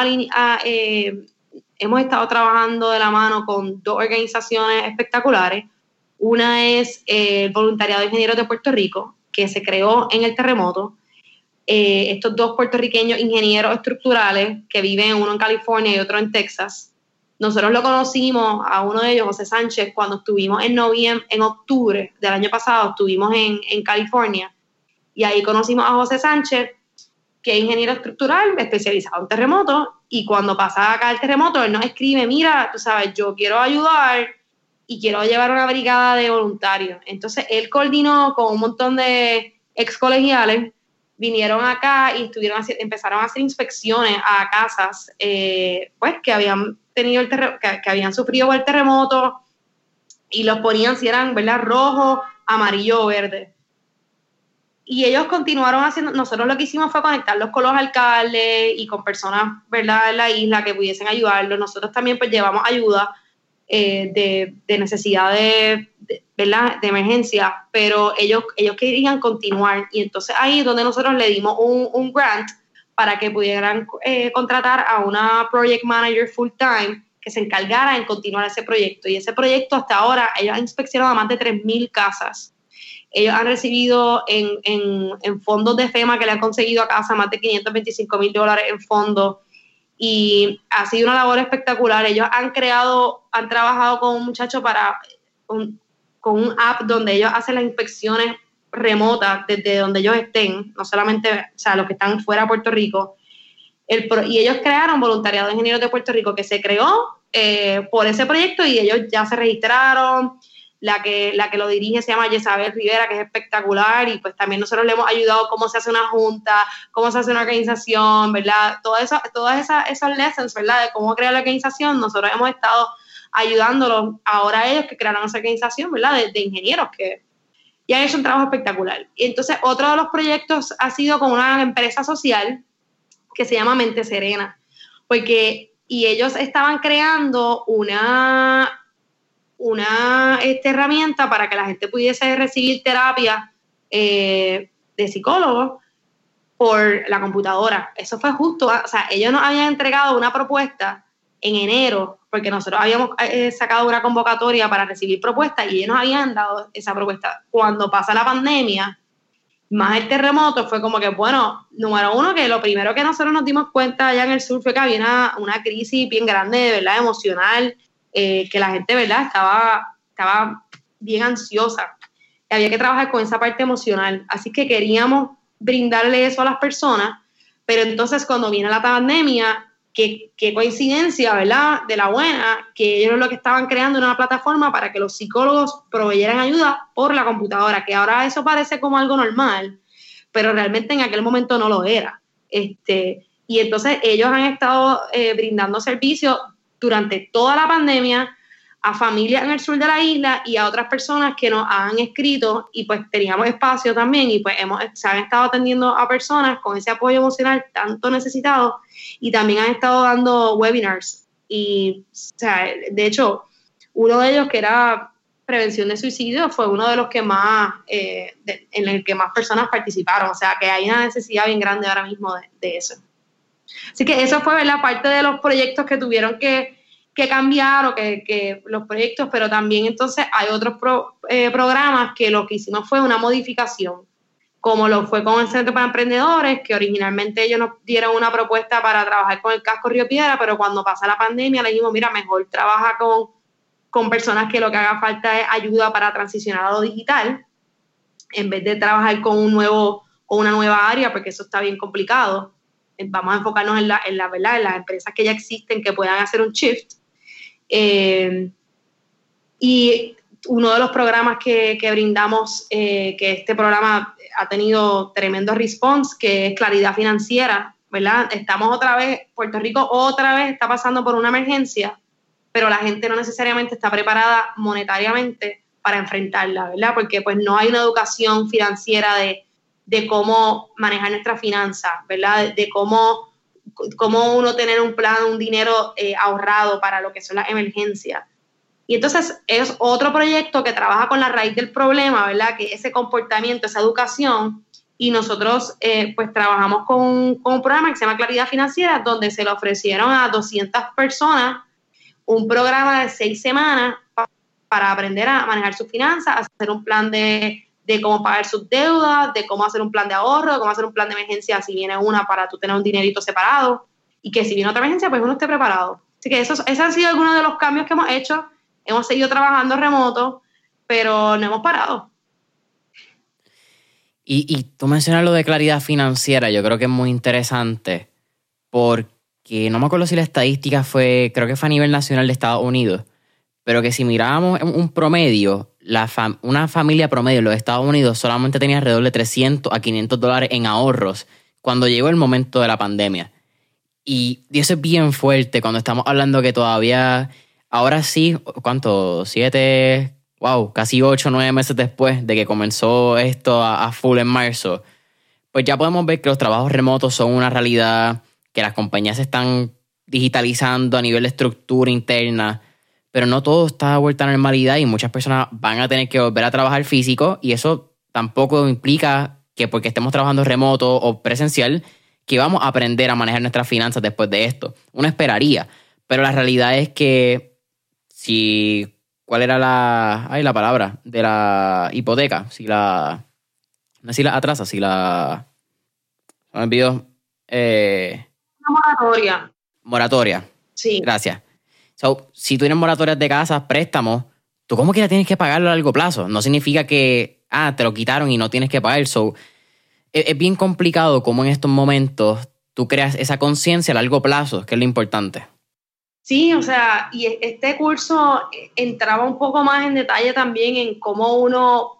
eh, hemos estado trabajando de la mano con dos organizaciones espectaculares. Una es eh, el Voluntariado de Ingenieros de Puerto Rico, que se creó en el terremoto. Eh, estos dos puertorriqueños ingenieros estructurales que viven, uno en California y otro en Texas. Nosotros lo conocimos a uno de ellos, José Sánchez, cuando estuvimos en noviembre, en octubre del año pasado, estuvimos en, en California, y ahí conocimos a José Sánchez, que es ingeniero estructural especializado en terremotos, y cuando pasa acá el terremoto, él nos escribe, mira, tú sabes, yo quiero ayudar y quiero llevar una brigada de voluntarios. Entonces, él coordinó con un montón de ex colegiales, vinieron acá y estuvieron hacer, empezaron a hacer inspecciones a casas eh, pues que habían tenido el terre- que, que habían sufrido por el terremoto, y los ponían si eran, ¿verdad?, rojo, amarillo o verde. Y ellos continuaron haciendo, nosotros lo que hicimos fue conectarlos con los alcaldes y con personas, ¿verdad?, en la isla que pudiesen ayudarlos. Nosotros también pues llevamos ayuda eh, de, de necesidad de, de, ¿verdad?, de emergencia, pero ellos, ellos querían continuar, y entonces ahí es donde nosotros le dimos un, un grant para que pudieran eh, contratar a una project manager full time que se encargara en continuar ese proyecto. Y ese proyecto hasta ahora, ellos han inspeccionado más de tres mil casas. Ellos han recibido en, en, en fondos de FEMA que le han conseguido a casa más de quinientos veinticinco mil dólares en fondos, y ha sido una labor espectacular. Ellos han creado, han trabajado con un muchacho para, un, con un app donde ellos hacen las inspecciones remotas desde donde ellos estén, no solamente, o sea, los que están fuera de Puerto Rico. El, y ellos crearon Voluntariado de Ingenieros de Puerto Rico, que se creó eh, por ese proyecto, y ellos ya se registraron. La que, la que lo dirige se llama Yesabel Rivera, que es espectacular, y pues también nosotros le hemos ayudado cómo se hace una junta, cómo se hace una organización, ¿verdad? Todas esas, todas esas, esas lessons, ¿verdad?, de cómo crear la organización, nosotros hemos estado ayudándolos ahora a ellos que crearon esa organización, ¿verdad?, de, de ingenieros, que ya han hecho un trabajo espectacular. Y entonces otro de los proyectos ha sido con una empresa social que se llama Mente Serena, porque, y ellos estaban creando una... una esta herramienta para que la gente pudiese recibir terapia eh, de psicólogo por la computadora. Eso fue justo, o sea, ellos nos habían entregado una propuesta en enero, porque nosotros habíamos eh, sacado una convocatoria para recibir propuestas, y ellos nos habían dado esa propuesta. Cuando pasa la pandemia, más el terremoto, fue como que, bueno, número uno, que lo primero que nosotros nos dimos cuenta allá en el sur fue que había una, una crisis bien grande, de verdad, emocional, Eh, que la gente, ¿verdad?, estaba, estaba bien ansiosa. Y había que trabajar con esa parte emocional. Así que queríamos brindarle eso a las personas, pero entonces cuando viene la pandemia, qué, qué coincidencia, ¿verdad?, de la buena, que ellos lo que estaban creando era una plataforma para que los psicólogos proveyeran ayuda por la computadora, que ahora eso parece como algo normal, pero realmente en aquel momento no lo era. Este, y entonces ellos han estado eh, brindando servicios durante toda la pandemia a familias en el sur de la isla y a otras personas que nos han escrito, y pues teníamos espacio también, y pues hemos, se han estado atendiendo a personas con ese apoyo emocional tanto necesitado, y también han estado dando webinars. Y, o sea, de hecho, uno de ellos, que era prevención de suicidio, fue uno de los que más, eh, de, en el que más personas participaron. O sea, que hay una necesidad bien grande ahora mismo de, de eso. Así que eso fue, ¿verdad?, parte de los proyectos que tuvieron que, que cambiar o que, que los proyectos, pero también entonces hay otros pro, eh, programas que lo que hicimos fue una modificación, como lo fue con el Centro para Emprendedores, que originalmente ellos nos dieron una propuesta para trabajar con el casco Río Piedra, pero cuando pasa la pandemia le dijimos, mira, mejor trabaja con, con personas que lo que haga falta es ayuda para transicionar a lo digital, en vez de trabajar con un nuevo, con una nueva área, porque eso está bien complicado. Vamos a enfocarnos en, la, en, la, ¿verdad? En las empresas que ya existen que puedan hacer un shift. Eh, y uno de los programas que, que brindamos, eh, que este programa ha tenido tremendo response, que es Claridad Financiera, ¿verdad? Estamos otra vez, Puerto Rico otra vez está pasando por una emergencia, pero la gente no necesariamente está preparada monetariamente para enfrentarla, ¿verdad? Porque pues no hay una educación financiera de, de cómo manejar nuestras finanzas, ¿verdad? De, de cómo, cómo uno tener un plan, un dinero eh, ahorrado para lo que son las emergencias. Y entonces es otro proyecto que trabaja con la raíz del problema, ¿verdad? Que ese comportamiento, esa educación, y nosotros eh, pues trabajamos con, con un programa que se llama Claridad Financiera, donde se le ofrecieron a doscientas personas un programa de seis semanas pa- para aprender a manejar sus finanzas, hacer un plan de, de cómo pagar sus deudas, de cómo hacer un plan de ahorro, de cómo hacer un plan de emergencia si viene una para tú tener un dinerito separado, y que si viene otra emergencia, pues uno esté preparado. Así que esos, esos han sido algunos de los cambios que hemos hecho. Hemos seguido trabajando remoto, pero no hemos parado. Y, y tú mencionas lo de claridad financiera, yo creo que es muy interesante porque no me acuerdo si la estadística fue, creo que fue a nivel nacional de Estados Unidos, pero que si mirábamos un promedio, la fam- una familia promedio en los Estados Unidos solamente tenía alrededor de trescientos a quinientos dólares en ahorros cuando llegó el momento de la pandemia. Y, y eso es bien fuerte cuando estamos hablando que todavía... Ahora sí, ¿cuánto? Siete, wow, casi ocho, nueve meses después de que comenzó esto a, a full en marzo, pues ya podemos ver que los trabajos remotos son una realidad, que las compañías se están digitalizando a nivel de estructura interna, pero no todo está a vuelta a la normalidad y muchas personas van a tener que volver a trabajar físico y eso tampoco implica que porque estemos trabajando remoto o presencial, que vamos a aprender a manejar nuestras finanzas después de esto. Uno esperaría, pero la realidad es que si, ¿cuál era la, ay, la palabra? De la hipoteca. Si la, no sé si la atrasa, si la, se me olvidó. Eh, Una moratoria. moratoria. Sí. Gracias. So, si tú tienes moratorias de casas, préstamos, tú como que la tienes que pagarlo a largo plazo. No significa que, ah, te lo quitaron y no tienes que pagar. So, es, es bien complicado como en estos momentos tú creas esa conciencia a largo plazo, que es lo importante. Sí, o sea, y este curso entraba un poco más en detalle también en cómo uno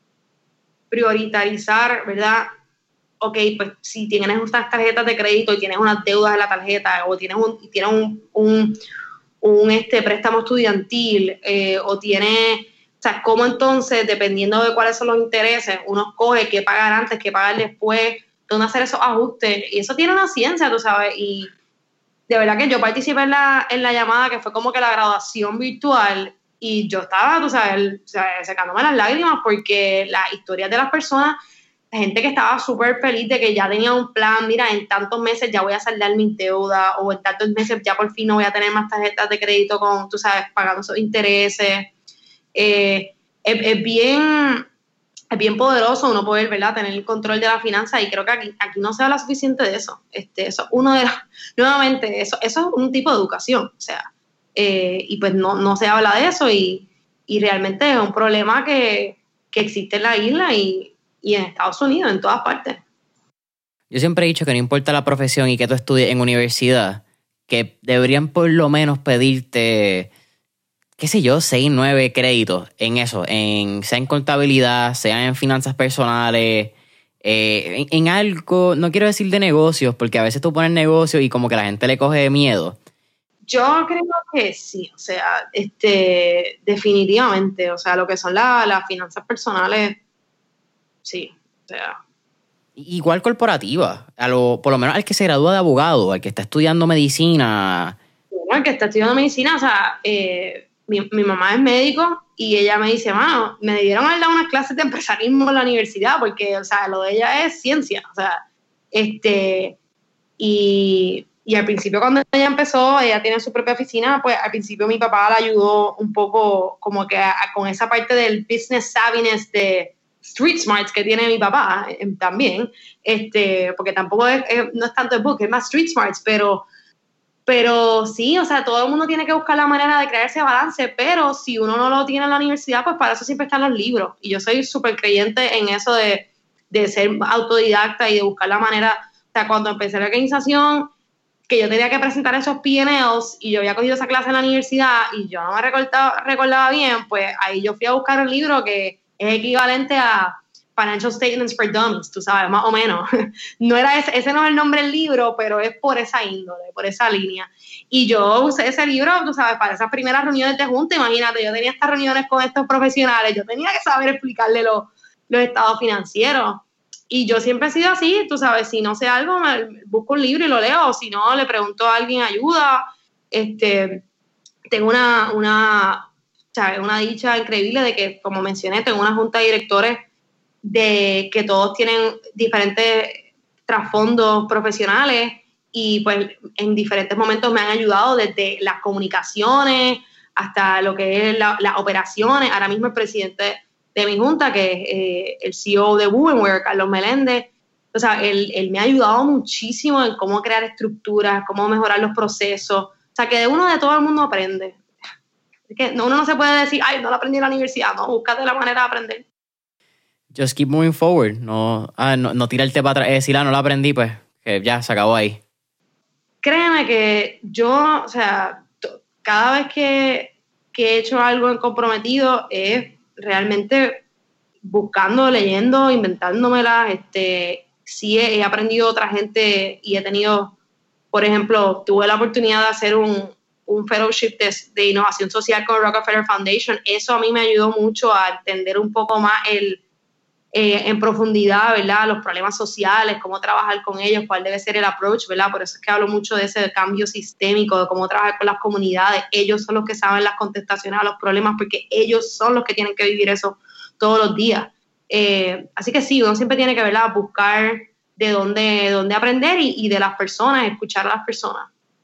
priorizar, ¿verdad? Ok, pues si tienes unas tarjetas de crédito y tienes unas deudas en la tarjeta o tienes un, tienes un, un, un este, préstamo estudiantil eh, o tienes, o sea, cómo entonces, dependiendo de cuáles son los intereses, uno escoge qué pagar antes, qué pagar después, dónde hacer esos ajustes. Y eso tiene una ciencia, tú sabes, y de verdad que yo participé en la, en la llamada que fue como que la graduación virtual y yo estaba, tú sabes, o sea, secándome las lágrimas porque las historias de las personas, la gente que estaba súper feliz de que ya tenía un plan, mira, en tantos meses ya voy a saldar mis deudas o en tantos meses ya por fin no voy a tener más tarjetas de crédito con, tú sabes, pagando esos intereses. Eh, es, es bien... Es bien poderoso uno poder, ¿verdad?, tener el control de la finanza y creo que aquí, aquí no se habla suficiente de eso. Este, eso uno de los, nuevamente, eso, eso es un tipo de educación, o sea, eh, y pues no, no se habla de eso y, y realmente es un problema que, que existe en la isla y, y en Estados Unidos, en todas partes. Yo siempre he dicho que no importa la profesión y que tú estudies en universidad, que deberían por lo menos pedirte, qué sé yo, seis, nueve créditos en eso, en, sea en contabilidad, sea en finanzas personales, eh, en, en algo, no quiero decir de negocios, porque a veces tú pones negocio y como que la gente le coge miedo. Yo creo que sí, o sea, este, definitivamente, o sea, lo que son la, las finanzas personales, sí, o sea. Igual corporativa, a lo, por lo menos al que se gradúa de abogado, al que está estudiando medicina. Bueno, al que está estudiando medicina, o sea, eh, Mi, mi mamá es médico y ella me dice, mano, me debieron haber dado unas clases de empresarismo en la universidad porque, o sea, lo de ella es ciencia, o sea, este, y Y al principio cuando ella empezó, ella tiene su propia oficina, pues al principio mi papá la ayudó un poco como que a, a, con esa parte del business savviness de street smarts que tiene mi papá eh, también, este, porque tampoco es, es, no es tanto el book, es más street smarts, pero, pero sí, o sea, todo el mundo tiene que buscar la manera de crear ese balance, pero si uno no lo tiene en la universidad, pues para eso siempre están los libros. Y yo soy súper creyente en eso de, de ser autodidacta y de buscar la manera, o sea, cuando empecé la organización, que yo tenía que presentar esos P and Ls y yo había cogido esa clase en la universidad y yo no me recordaba, recordaba bien, pues ahí yo fui a buscar un libro que es equivalente a Financial Statements for Dummies, tú sabes, más o menos. No era ese, ese no es el nombre del libro, pero es por esa índole, por esa línea. Y yo usé ese libro, tú sabes, para esas primeras reuniones de junta, imagínate, yo tenía estas reuniones con estos profesionales, yo tenía que saber explicarle los, los estados financieros. Y yo siempre he sido así, tú sabes, si no sé algo, me busco un libro y lo leo, o si no, le pregunto a alguien ayuda. Este, tengo una, una, ¿sabes? Una dicha increíble de que, como mencioné, tengo una junta de directores de que todos tienen diferentes trasfondos profesionales y pues en diferentes momentos me han ayudado desde las comunicaciones hasta lo que es la, las operaciones. Ahora mismo el presidente de mi junta, que es eh, el C E O de Buenware, Carlos Meléndez. O sea, él, él me ha ayudado muchísimo en cómo crear estructuras, cómo mejorar los procesos. O sea, que de uno de todo el mundo aprende. Es que uno no se puede decir, ay, no lo aprendí en la universidad. No, búscate la manera de aprender. Just keep moving forward. No, ah, no, no tirarte para atrás. Eh, si la no la aprendí, pues que ya se acabó ahí. Créeme que yo, o sea, t- cada vez que, que he hecho algo en comprometido es realmente buscando, leyendo, inventándomelas. Este, sí he, he aprendido otra gente y he tenido, por ejemplo, tuve la oportunidad de hacer un, un fellowship de, de innovación social con Rockefeller Foundation. Eso a mí me ayudó mucho a entender un poco más el, eh, en profundidad, ¿verdad? Los problemas sociales, cómo trabajar con ellos, cuál debe ser el approach, ¿verdad? Por eso es que hablo mucho de ese cambio sistémico, de cómo trabajar con las comunidades. Ellos son los que saben las contestaciones a los problemas porque ellos son los que tienen que vivir eso todos los días. Eh, así que sí, uno siempre tiene que, ¿verdad?, buscar de dónde, de dónde aprender y, y de las personas, escuchar a las personas.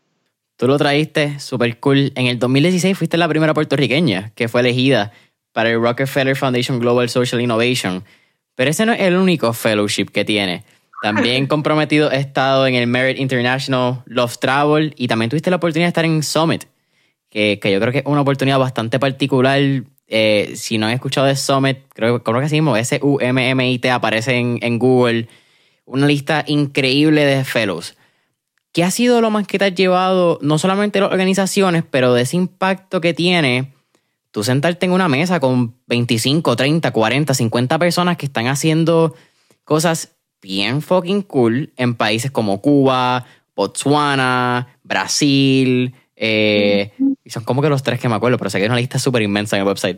Tú lo traíste súper cool. En el dos mil dieciséis fuiste la primera puertorriqueña que fue elegida para el Rockefeller Foundation Global Social Innovation. Pero ese no es el único fellowship que tiene. También comprometido he estado en el Merit International Love Travel y también tuviste la oportunidad de estar en Summit, que, que yo creo que es una oportunidad bastante particular. Eh, si no han escuchado de Summit, creo, creo que así mismo, S U M M I T aparece en, en Google. Una lista increíble de fellows. ¿Qué ha sido lo más que te has llevado, no solamente de las organizaciones, pero de ese impacto que tiene tú sentarte en una mesa con veinticinco, treinta, cuarenta, cincuenta personas que están haciendo cosas bien fucking cool en países como Cuba, Botswana, Brasil, eh, y son como que los tres que me acuerdo, pero sé que hay una lista súper inmensa en el website.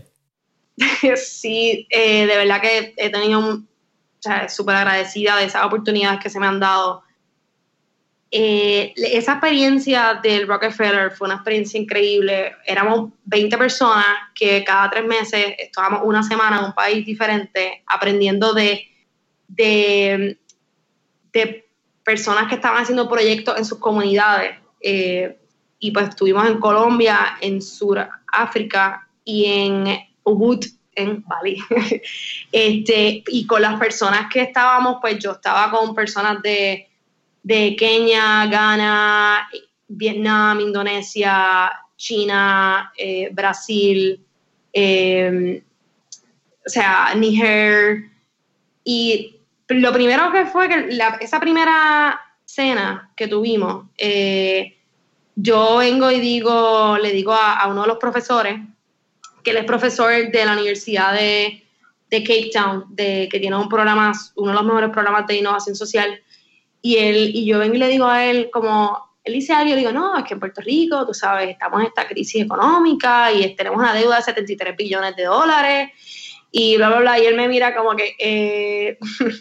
Sí, eh, de verdad que he tenido, o sea, súper agradecida de esas oportunidades que se me han dado. Eh, esa experiencia del Rockefeller fue una experiencia increíble. Éramos veinte personas que cada tres meses estábamos una semana en un país diferente aprendiendo de, de, de personas que estaban haciendo proyectos en sus comunidades. Eh, y pues estuvimos en Colombia, en Sudáfrica y en Ubud, en Bali. este, y con las personas que estábamos, pues yo estaba con personas de de Kenia, Ghana, Vietnam, Indonesia, China, eh, Brasil, eh, o sea, Níger. Y lo primero que fue que la, esa primera cena que tuvimos, eh, yo vengo y digo, le digo a, a uno de los profesores, que él es profesor de la Universidad de, de Cape Town, de, que tiene un programa, uno de los mejores programas de innovación social. Y él y yo vengo y le digo a él, como, él dice algo, yo digo, no, es que en Puerto Rico, tú sabes, estamos en esta crisis económica y tenemos una deuda de setenta y tres billones de dólares y bla, bla, bla. Y él me mira como que, eh,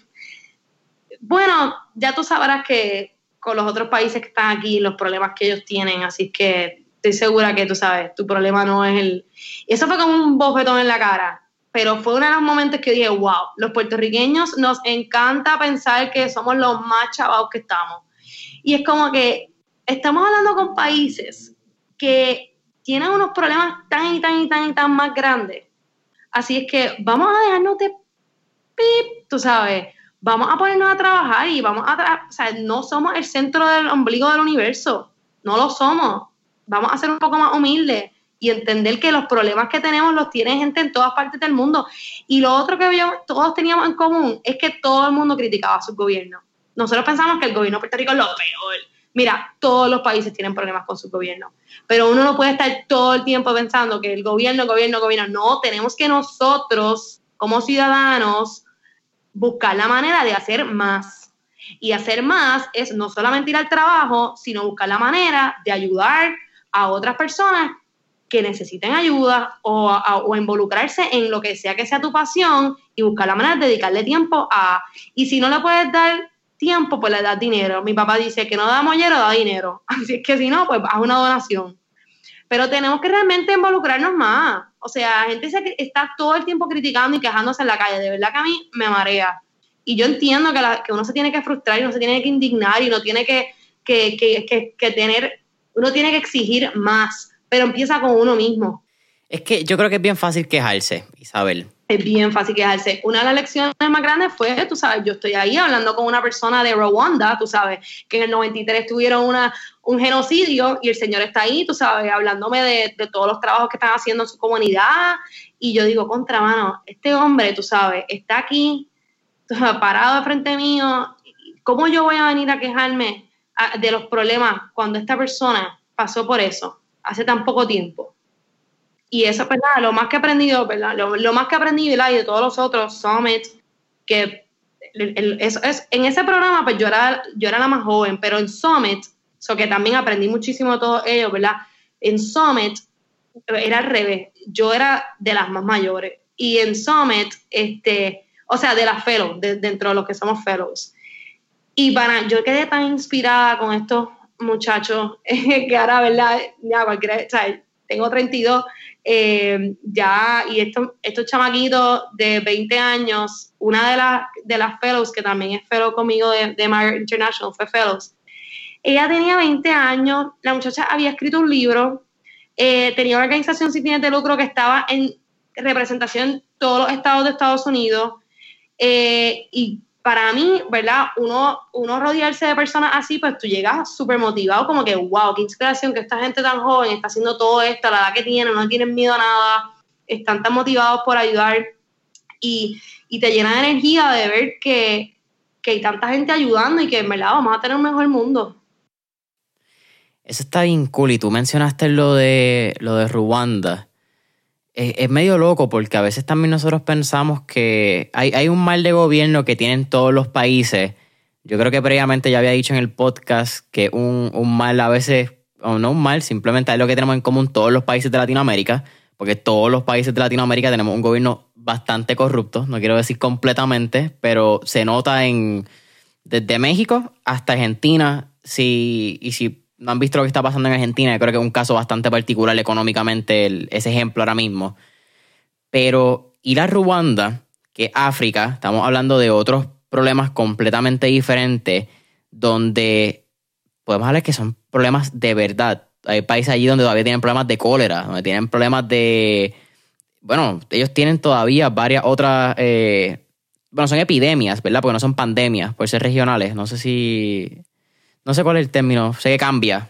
bueno, ya tú sabrás que con los otros países que están aquí, los problemas que ellos tienen, así que estoy segura que tú sabes, tu problema no es el... Y eso fue como un bofetón en la cara. Pero fue uno de los momentos que dije, wow, los puertorriqueños nos encanta pensar que somos los más chavados que estamos. Y es como que estamos hablando con países que tienen unos problemas tan y tan y tan y tan más grandes. Así es que vamos a dejarnos de pip, tú sabes, vamos a ponernos a trabajar y vamos a tra- o sea, no somos el centro del ombligo del universo, no lo somos. Vamos a ser un poco más humildes y entender que los problemas que tenemos los tiene gente en todas partes del mundo. Y lo otro que yo, todos teníamos en común es que todo el mundo criticaba a su gobierno. Nosotros pensamos que el gobierno de Puerto Rico es lo peor. Mira, todos los países tienen problemas con su gobierno, pero uno no puede estar todo el tiempo pensando que el gobierno, gobierno, gobierno. No, tenemos que nosotros, como ciudadanos, buscar la manera de hacer más. Y hacer más es no solamente ir al trabajo, sino buscar la manera de ayudar a otras personas que necesiten ayuda o, a, o involucrarse en lo que sea que sea tu pasión y buscar la manera de dedicarle tiempo a... Y si no le puedes dar tiempo, pues le das dinero. Mi papá dice que no da mollero, da dinero. Así es que si no, pues haz una donación. Pero tenemos que realmente involucrarnos más. O sea, la gente se, está todo el tiempo criticando y quejándose en la calle. De verdad que a mí me marea. Y yo entiendo que, la, que uno se tiene que frustrar y uno se tiene que indignar y uno tiene que, que, que, que, que tener, uno tiene que exigir más. Pero empieza con uno mismo. Es que yo creo que es bien fácil quejarse, Isabel. Es bien fácil quejarse. Una de las lecciones más grandes fue, tú sabes, yo estoy ahí hablando con una persona de Rwanda, tú sabes, que en el noventa y tres tuvieron una, un genocidio y el señor está ahí, tú sabes, hablándome de, de todos los trabajos que están haciendo en su comunidad. Y yo digo, contra mano, este hombre, tú sabes, está aquí, tú sabes, parado de frente mío. ¿Cómo yo voy a venir a quejarme a, de los problemas cuando esta persona pasó por eso hace tan poco tiempo? Y eso, pues nada, lo más que he aprendido, ¿verdad? Lo, lo más que he aprendido, ¿verdad? Y de todos los otros summits, que el, el, eso es, en ese programa, pues yo era, yo era la más joven, pero en Summit, so que también aprendí muchísimo de todos ellos, ¿verdad? En Summit era al revés, yo era de las más mayores. Y en Summit, este, o sea, de las fellows, de, dentro de los que somos fellows. Y para, yo quedé tan inspirada con estos muchachos, que ahora, ¿verdad? Ya, cualquiera, o sea, tengo treinta y dos, eh, ya, y estos, estos chamaquitos de veinte años, una de, la, de las fellows, que también es fellow conmigo de, de Marriott International, fue fellows, ella tenía veinte años, la muchacha había escrito un libro, eh, tenía una organización sin fines de lucro que estaba en representación en todos los estados de Estados Unidos, eh, y para mí, ¿verdad? Uno, uno rodearse de personas así, pues tú llegas súper motivado, como que, wow, qué inspiración que esta gente tan joven está haciendo todo esto, a la edad que tienen, no tienen miedo a nada, están tan motivados por ayudar y, y te llena de energía de ver que, que hay tanta gente ayudando y que, en verdad, vamos a tener un mejor mundo. Eso está bien cool. Y tú mencionaste lo de, lo de Ruanda. Es, es medio loco porque a veces también nosotros pensamos que hay, hay un mal de gobierno que tienen todos los países. Yo creo que previamente ya había dicho en el podcast que un, un mal a veces, o no un mal, simplemente es lo que tenemos en común todos los países de Latinoamérica, porque todos los países de Latinoamérica tenemos un gobierno bastante corrupto, no quiero decir completamente, pero se nota en desde México hasta Argentina. Si, y si no han visto lo que está pasando en Argentina, yo creo que es un caso bastante particular económicamente el, ese ejemplo ahora mismo. Pero ir a Ruanda, que es África, estamos hablando de otros problemas completamente diferentes, donde podemos hablar que son problemas de verdad. Hay países allí donde todavía tienen problemas de cólera, donde tienen problemas de... Bueno, ellos tienen todavía varias otras... Eh, bueno, son epidemias, ¿verdad? Porque no son pandemias, por ser regionales. No sé si... No sé cuál es el término, sé que cambia,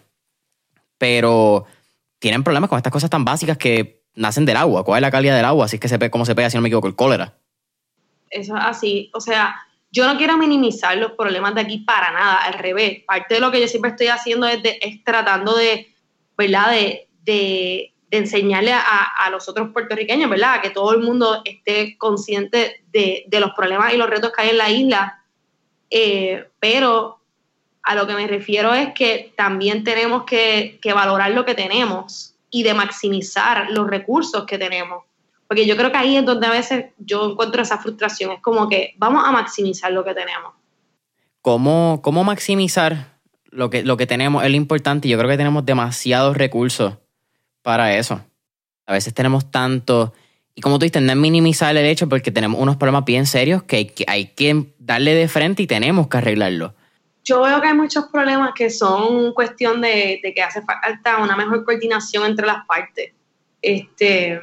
pero tienen problemas con estas cosas tan básicas que nacen del agua. ¿Cuál es la calidad del agua? Así es que se ve cómo se pega, si no me equivoco, el cólera. Eso es así. O sea, yo no quiero minimizar los problemas de aquí para nada, al revés. Parte de lo que yo siempre estoy haciendo es, de, es tratando de, ¿verdad? De, de, de enseñarle a, a los otros puertorriqueños, ¿verdad? A que todo el mundo esté consciente de, de los problemas y los retos que hay en la isla. Eh, pero... A lo que me refiero es que también tenemos que, que valorar lo que tenemos y de maximizar los recursos que tenemos. Porque yo creo que ahí es donde a veces yo encuentro esa frustración. Es como que vamos a maximizar lo que tenemos. ¿Cómo, cómo maximizar lo que, lo que tenemos? Es lo importante. Yo creo que tenemos demasiados recursos para eso. A veces tenemos tanto... Y como tú dices, no es minimizar el hecho porque tenemos unos problemas bien serios que hay que, hay que darle de frente y tenemos que arreglarlo. Yo veo que hay muchos problemas que son cuestión de, de que hace falta una mejor coordinación entre las partes. Este,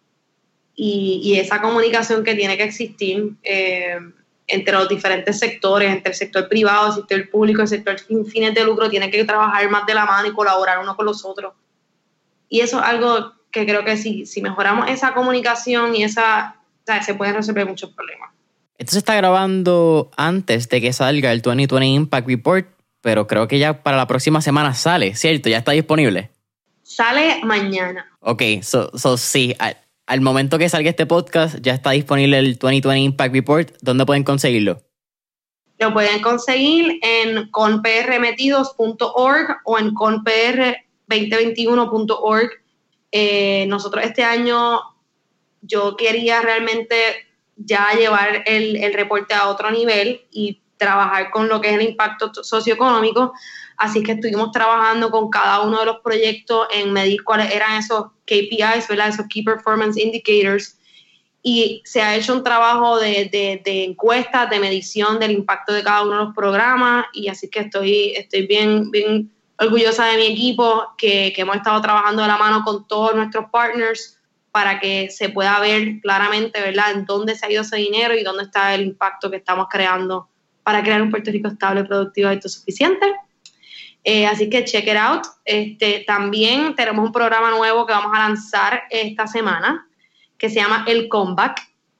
y, y esa comunicación que tiene que existir eh, entre los diferentes sectores, entre el sector privado, el sector público, el sector sin fines de lucro, tiene que trabajar más de la mano y colaborar uno con los otros. Y eso es algo que creo que si, si mejoramos esa comunicación y esa, o sea, se pueden resolver muchos problemas. Esto se está grabando antes de que salga el veinte veinte Impact Report, pero creo que ya para la próxima semana sale, ¿cierto? ¿Ya está disponible? Sale mañana. Ok, so, so sí, al, al momento que salga este podcast ya está disponible el veinte veinte Impact Report. ¿Dónde pueden conseguirlo? Lo pueden conseguir en conprmetidos punto org o en conpr veinte veintiuno punto org. Eh, nosotros este año, yo quería realmente ya llevar el, el reporte a otro nivel y trabajar con lo que es el impacto socioeconómico, así que estuvimos trabajando con cada uno de los proyectos en medir cuáles eran esos K P Is, ¿verdad? Esos Key Performance Indicators, y se ha hecho un trabajo de, de, de encuestas, de medición del impacto de cada uno de los programas, y así que estoy, estoy bien, bien orgullosa de mi equipo, que, que hemos estado trabajando de la mano con todos nuestros partners para que se pueda ver claramente, ¿verdad?, en dónde se ha ido ese dinero y dónde está el impacto que estamos creando para crear un Puerto Rico estable, productivo y autosuficiente. Eh, así que check it out. Este, también tenemos un programa nuevo que vamos a lanzar esta semana que se llama El Comeback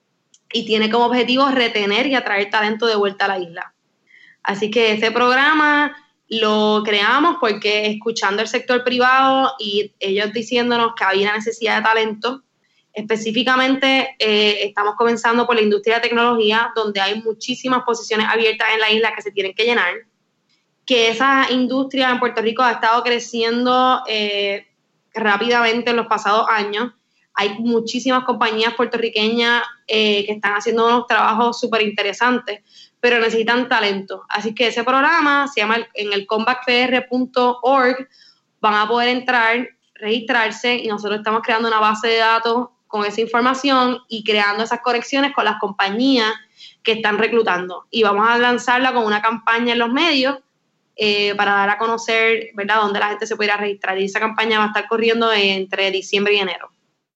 y tiene como objetivo retener y atraer talento de vuelta a la isla. Así que ese programa lo creamos porque escuchando el sector privado y ellos diciéndonos que había necesidad de talento, específicamente eh, estamos comenzando por la industria de tecnología, donde hay muchísimas posiciones abiertas en la isla que se tienen que llenar, que esa industria en Puerto Rico ha estado creciendo eh, rápidamente en los pasados años. Hay muchísimas compañías puertorriqueñas eh, que están haciendo unos trabajos súper interesantes, pero necesitan talento. Así que ese programa se llama el, en el comeback p r punto org, van a poder entrar, registrarse, y nosotros estamos creando una base de datos con esa información y creando esas conexiones con las compañías que están reclutando. Y vamos a lanzarla con una campaña en los medios eh, para dar a conocer, ¿verdad?, dónde la gente se puede ir a registrar. Y esa campaña va a estar corriendo entre diciembre y enero.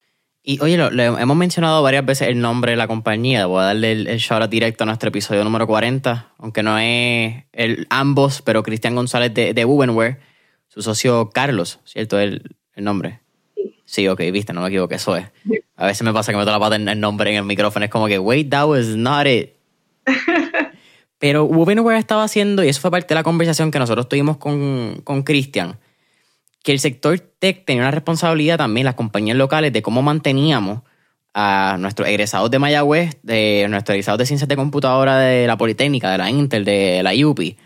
Y oye, lo, le hemos mencionado varias veces el nombre de la compañía. Voy a darle el, el shout out directo a nuestro episodio número cuarenta, aunque no es el ambos, pero Cristian González de, de Wovenware, su socio Carlos, ¿cierto? El, el nombre. Sí. Sí, ok, viste, no me equivoqué, eso es. A veces me pasa que meto la pata en el nombre en el micrófono, es como que, wait, that was not it. Pero Wovenware estaba haciendo, y eso fue parte de la conversación que nosotros tuvimos con, con Cristian, que el sector tech tenía una responsabilidad también, las compañías locales, de cómo manteníamos a nuestros egresados de Mayagüez, de nuestros egresados de ciencias de computadora de la Politécnica, de la Intel, de la U P I.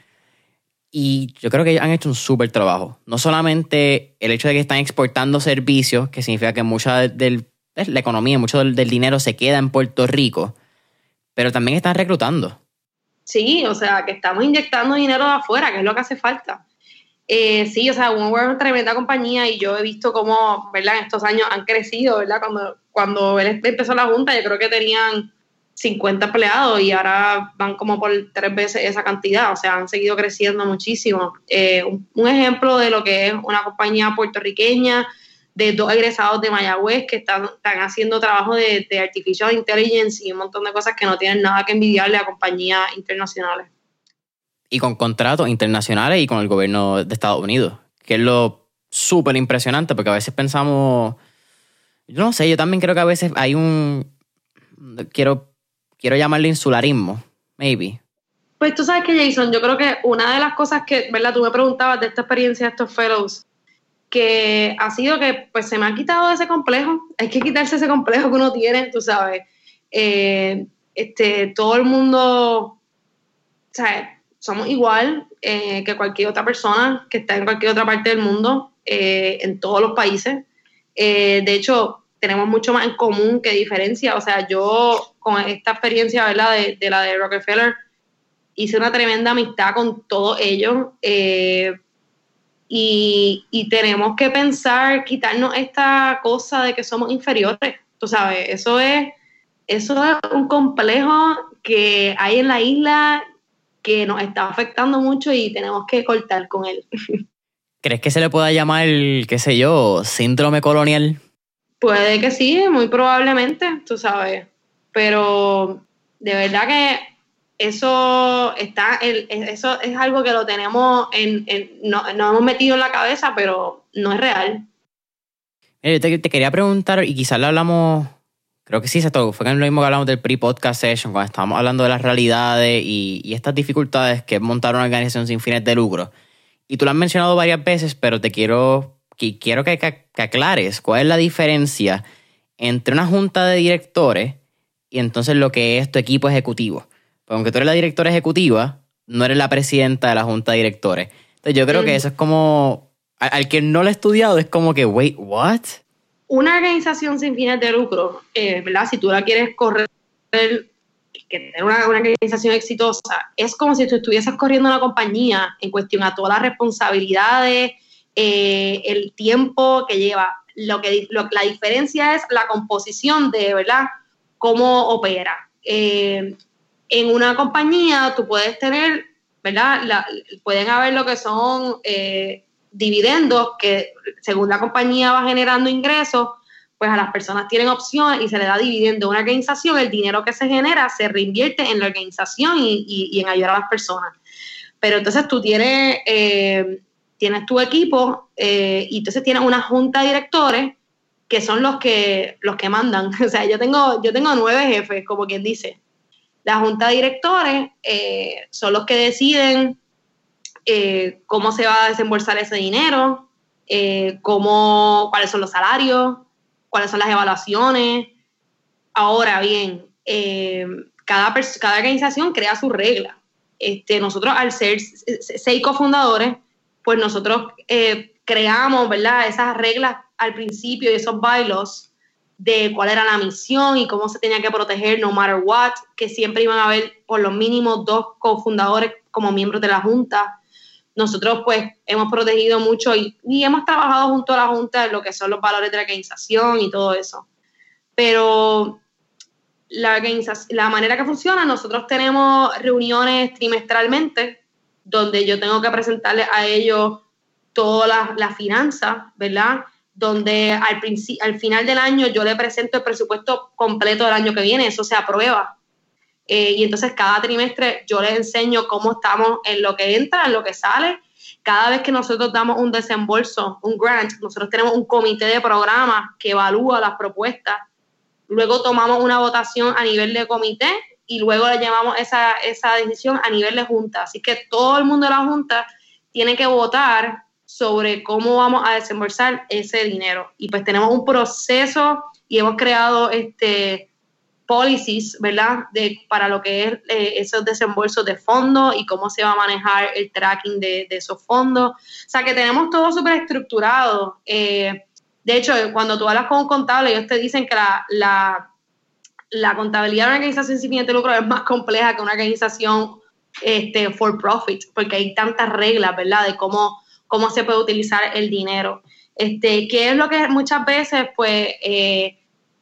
Y yo creo que han hecho un súper trabajo. No solamente el hecho de que están exportando servicios, que significa que mucha de la economía, mucho del, del dinero se queda en Puerto Rico, pero también están reclutando. Sí, o sea, que estamos inyectando dinero de afuera, que es lo que hace falta. Eh, sí, o sea, Wovenware es una tremenda compañía y yo he visto cómo, ¿verdad?, en estos años han crecido, ¿verdad? Cuando, cuando él empezó la junta, yo creo que tenían cincuenta empleados y ahora van como por tres veces esa cantidad, o sea, han seguido creciendo muchísimo. Eh, un, un ejemplo de lo que es una compañía puertorriqueña de dos egresados de Mayagüez que están, están haciendo trabajo de, de Artificial Intelligence y un montón de cosas que no tienen nada que envidiarle a compañías internacionales. Y con contratos internacionales y con el gobierno de Estados Unidos, que es lo súper impresionante, porque a veces pensamos, yo no sé, yo también creo que a veces hay un, quiero, quiero llamarlo insularismo, maybe. Pues tú sabes que, Jason, yo creo que una de las cosas que, ¿verdad?, tú me preguntabas de esta experiencia de estos fellows, que ha sido que pues se me ha quitado ese complejo, hay que quitarse ese complejo que uno tiene, tú sabes, eh, este, todo el mundo, ¿sabes?, somos igual eh, que cualquier otra persona que está en cualquier otra parte del mundo, eh, en todos los países. Eh, de hecho, tenemos mucho más en común que diferencia. O sea, yo con esta experiencia, ¿verdad?, de, de la de Rockefeller, hice una tremenda amistad con todos ellos. Eh, y, y tenemos que pensar, quitarnos esta cosa de que somos inferiores. Tú sabes, eso es, eso es un complejo que hay en la isla que nos está afectando mucho y tenemos que cortar con él. ¿Crees que se le pueda llamar, qué sé yo, síndrome colonial? Puede que sí, muy probablemente, tú sabes, pero de verdad que eso está, eso es algo que lo tenemos, en, en no, nos hemos metido en la cabeza, pero no es real. Yo te, te quería preguntar, y quizás lo hablamos, creo que sí, exacto, fue lo mismo que hablamos del pre-podcast session, cuando estábamos hablando de las realidades y, y estas dificultades que es montar una organización sin fines de lucro. Y tú lo has mencionado varias veces, pero te quiero, que, quiero que, que, que aclares cuál es la diferencia entre una junta de directores y entonces lo que es tu equipo ejecutivo. Porque aunque tú eres la directora ejecutiva, no eres la presidenta de la junta de directores. Entonces yo creo mm. que eso es como, al, al que no lo ha estudiado, es como que, wait, what? Una organización sin fines de lucro, eh, ¿verdad? Si tú la quieres correr, que tener una, una organización exitosa, es como si tú estuvieses corriendo una compañía en cuestión a todas las responsabilidades, eh, el tiempo que lleva. Lo que lo, la diferencia es la composición de, ¿verdad?, cómo opera. Eh, en una compañía tú puedes tener, ¿verdad?, la, pueden haber lo que son eh, dividendos que según la compañía va generando ingresos, pues a las personas tienen opciones y se le da dividendo a una organización. El dinero que se genera se reinvierte en la organización y, y, y en ayudar a las personas. Pero entonces tú tienes, eh, tienes tu equipo eh, y entonces tienes una junta de directores que son los que, los que mandan. O sea, yo tengo, yo tengo nueve jefes, como quien dice. La junta de directores eh, son los que deciden eh, cómo se va a desembolsar ese dinero, eh, cómo, cuáles son los salarios, cuáles son las evaluaciones. Ahora bien, eh, cada, cada organización crea sus reglas. Este, nosotros, al ser seis cofundadores, pues nosotros eh, creamos, ¿verdad?, esas reglas al principio y esos bylaws de cuál era la misión y cómo se tenía que proteger no matter what, que siempre iban a haber por lo mínimo dos cofundadores como miembros de la Junta. Nosotros pues hemos protegido mucho y, y hemos trabajado junto a la Junta en lo que son los valores de la organización y todo eso. Pero la, organización, la manera que funciona, nosotros tenemos reuniones trimestralmente donde yo tengo que presentarles a ellos todas las la finanzas, ¿verdad?, donde al, al final del año yo le presento el presupuesto completo del año que viene, eso se aprueba. Eh, y entonces cada trimestre yo les enseño cómo estamos en lo que entra, en lo que sale. Cada vez que nosotros damos un desembolso, un grant, nosotros tenemos un comité de programas que evalúa las propuestas. Luego tomamos una votación a nivel de comité y luego le llevamos esa, esa decisión a nivel de junta. Así que todo el mundo de la junta tiene que votar sobre cómo vamos a desembolsar ese dinero. Y pues tenemos un proceso y hemos creado este policies, ¿verdad?, de, para lo que es eh, esos desembolsos de fondos y cómo se va a manejar el tracking de, de esos fondos. O sea, que tenemos todo súper estructurado. Eh, de hecho, cuando tú hablas con un contable, ellos te dicen que la, la, la contabilidad de una organización sin fines de lucro es más compleja que una organización este, for profit, porque hay tantas reglas, ¿verdad?, de cómo cómo se puede utilizar el dinero. Este, ¿qué es lo que muchas veces, pues, eh,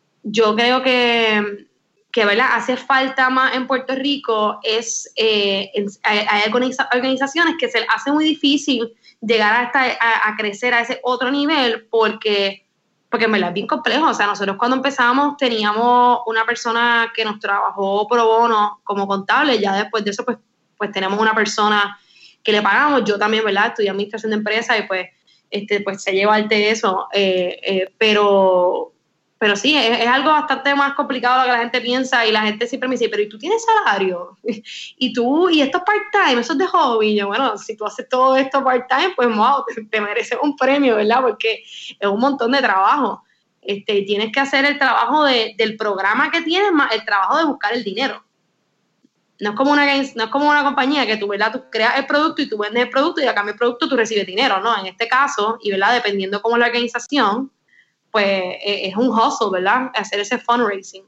yo creo que, que, ¿verdad?, hace falta más en Puerto Rico? Es, eh, hay, hay organizaciones que se les hace muy difícil llegar hasta a, a crecer a ese otro nivel porque, porque en verdad es bien complejo. O sea, nosotros cuando empezamos teníamos una persona que nos trabajó pro bono como contable, ya después de eso, pues, pues tenemos una persona que le pagamos. Yo también, ¿verdad?, estudié administración de empresas y pues, este, pues se lleva arte de eso, eh, eh, pero, pero sí, es, es algo bastante más complicado de lo que la gente piensa y la gente siempre me dice, pero ¿y tú tienes salario? Y tú, y esto es part-time, eso es de hobby. Y yo, bueno, si tú haces todo esto part-time, pues wow, te, te mereces un premio, ¿verdad?, porque es un montón de trabajo. Este, tienes que hacer el trabajo de, del programa que tienes más el trabajo de buscar el dinero. No es como una, no es como una compañía que tú, ¿verdad?, tú creas el producto y tú vendes el producto y a cambio del producto tú recibes dinero, ¿no? En este caso, y ¿verdad?, dependiendo cómo es la organización, pues es un hustle, ¿verdad?, hacer ese fundraising.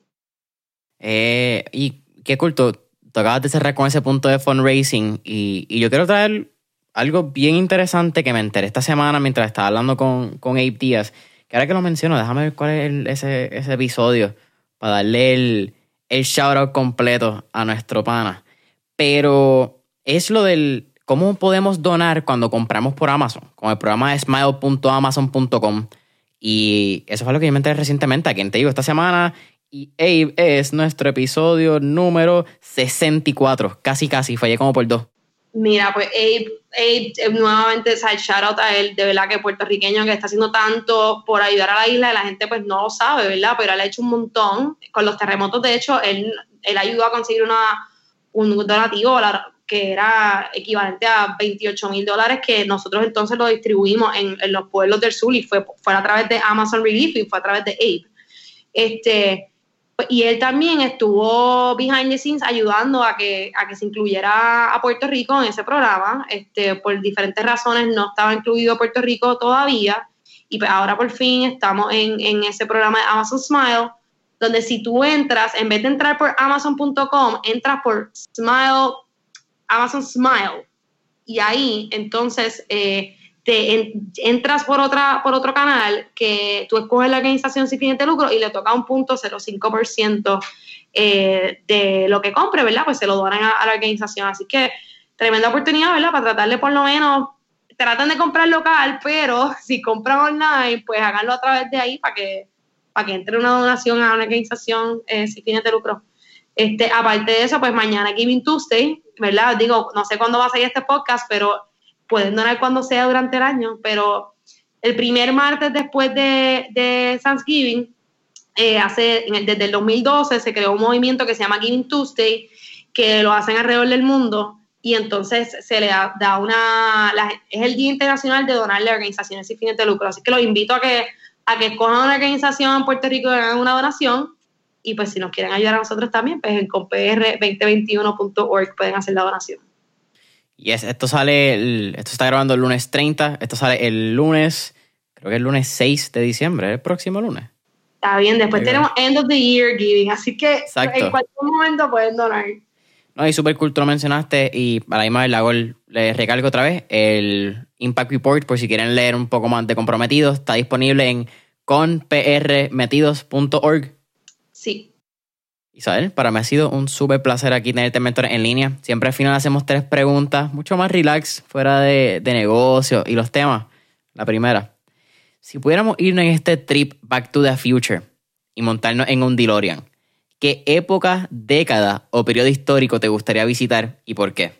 Eh, y qué cool, tú, tú acabas de cerrar con ese punto de fundraising y, y yo quiero traer algo bien interesante que me enteré esta semana mientras estaba hablando con, con Abe Díaz, que ahora que lo menciono, déjame ver cuál es el, ese, ese episodio para darle el... el shout out completo a nuestro pana. Pero es lo del cómo podemos donar cuando compramos por Amazon, con el programa de smile punto amazon punto com. Y eso fue lo que yo me enteré recientemente, a quien te digo, esta semana. Y Abe es nuestro episodio número sesenta y cuatro. Casi, casi, fallé como por dos. Mira, pues Abe, Abe eh, nuevamente, o sea, shout out a él, de verdad que puertorriqueño que está haciendo tanto por ayudar a la isla, y la gente pues no lo sabe, ¿verdad? Pero él ha hecho un montón. Con los terremotos, de hecho, él, él ayudó a conseguir una, un donativo que era equivalente a veintiocho mil dólares, que nosotros entonces lo distribuimos en, en los pueblos del sur, y fue, fue a través de Amazon Relief y fue a través de Abe. Este... Y él también estuvo behind the scenes ayudando a que, a que se incluyera a Puerto Rico en ese programa. Este, por diferentes razones no estaba incluido Puerto Rico todavía, y pues ahora por fin estamos en, en ese programa de Amazon Smile, donde si tú entras, en vez de entrar por amazon punto com, entras por Smile, Amazon Smile, y ahí entonces eh, te en, entras por otra por otro canal, que tú escoges la organización sin fines de lucro y le toca un punto cero cinco por ciento eh, de lo que compre, ¿verdad? Pues se lo donan a, a la organización. Así que tremenda oportunidad, ¿verdad? Para tratar de por lo menos, tratan de comprar local, pero si compran online, pues háganlo a través de ahí para que, para que entre una donación a una organización eh, sin fines de lucro. Este, aparte de eso, pues mañana Giving Tuesday, ¿verdad? Digo, no sé cuándo va a salir este podcast, pero pueden donar cuando sea durante el año, pero el primer martes después de, de Thanksgiving, eh, hace, desde el dos mil doce se creó un movimiento que se llama Giving Tuesday, que lo hacen alrededor del mundo, y entonces se le da, da una, la, es el Día Internacional de donarle a organizaciones sin fines de lucro. Así que los invito a que, a que escojan una organización en Puerto Rico y hagan una donación, y pues si nos quieren ayudar a nosotros también, pues en compr veinte veintiuno punto org pueden hacer la donación. Yes, esto sale, el, esto está grabando el lunes treinta, esto sale el lunes, creo que el lunes seis de diciembre, el próximo lunes. Está bien, después tenemos End of the Year Giving, así que exacto, en cualquier momento pueden donar. No, y súper cool, tú lo mencionaste, y para la misma vez la gol, les recalco otra vez, el Impact Report, por si quieren leer un poco más de Comprometidos, está disponible en compr metidos punto org. Sí. Isabel, para mí ha sido un súper placer aquí tenerte en Mentores en Línea. Siempre al final hacemos tres preguntas, mucho más relax, fuera de, de negocio y los temas. La primera, si pudiéramos irnos en este trip Back to the Future y montarnos en un DeLorean, ¿qué época, década o periodo histórico te gustaría visitar y por qué?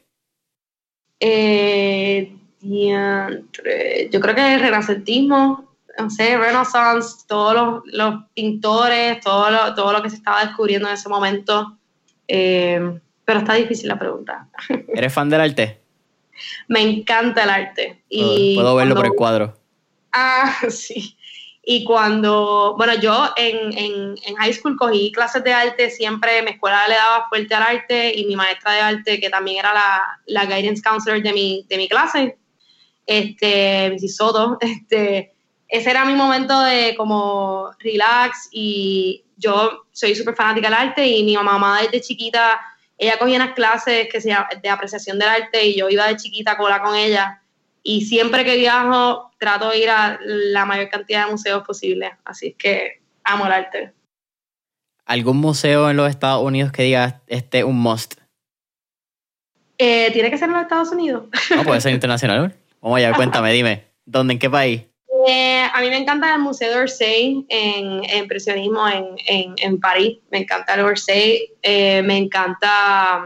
Eh, diantre, yo creo que el renacentismo, no sé, Renaissance, todos los, los pintores, todo lo, todo lo que se estaba descubriendo en ese momento. Eh, pero está difícil la pregunta. ¿Eres fan del arte? Me encanta el arte. Y puedo, puedo verlo cuando, por el cuadro. Ah, sí. Y cuando, bueno, yo en, en, en high school cogí clases de arte, siempre mi escuela le daba fuerte al arte, y mi maestra de arte, que también era la, la guidance counselor de mi, de mi clase, este, missus Soto, este, ese era mi momento de como relax, y yo soy súper fanática del arte, y mi mamá desde chiquita, ella cogía unas clases que se llama, de apreciación del arte, y yo iba de chiquita a cola con ella, y siempre que viajo trato de ir a la mayor cantidad de museos posible, así es que amo el arte. ¿Algún museo en los Estados Unidos que digas este es un must? Eh, ¿Tiene que ser en los Estados Unidos? No, puede ser internacional. Vamos allá, cuéntame, dime, ¿dónde, en qué país? Eh, a mí me encanta el Museo d'Orsay en, en impresionismo en, en, en París. Me encanta el Orsay. Eh, me encanta...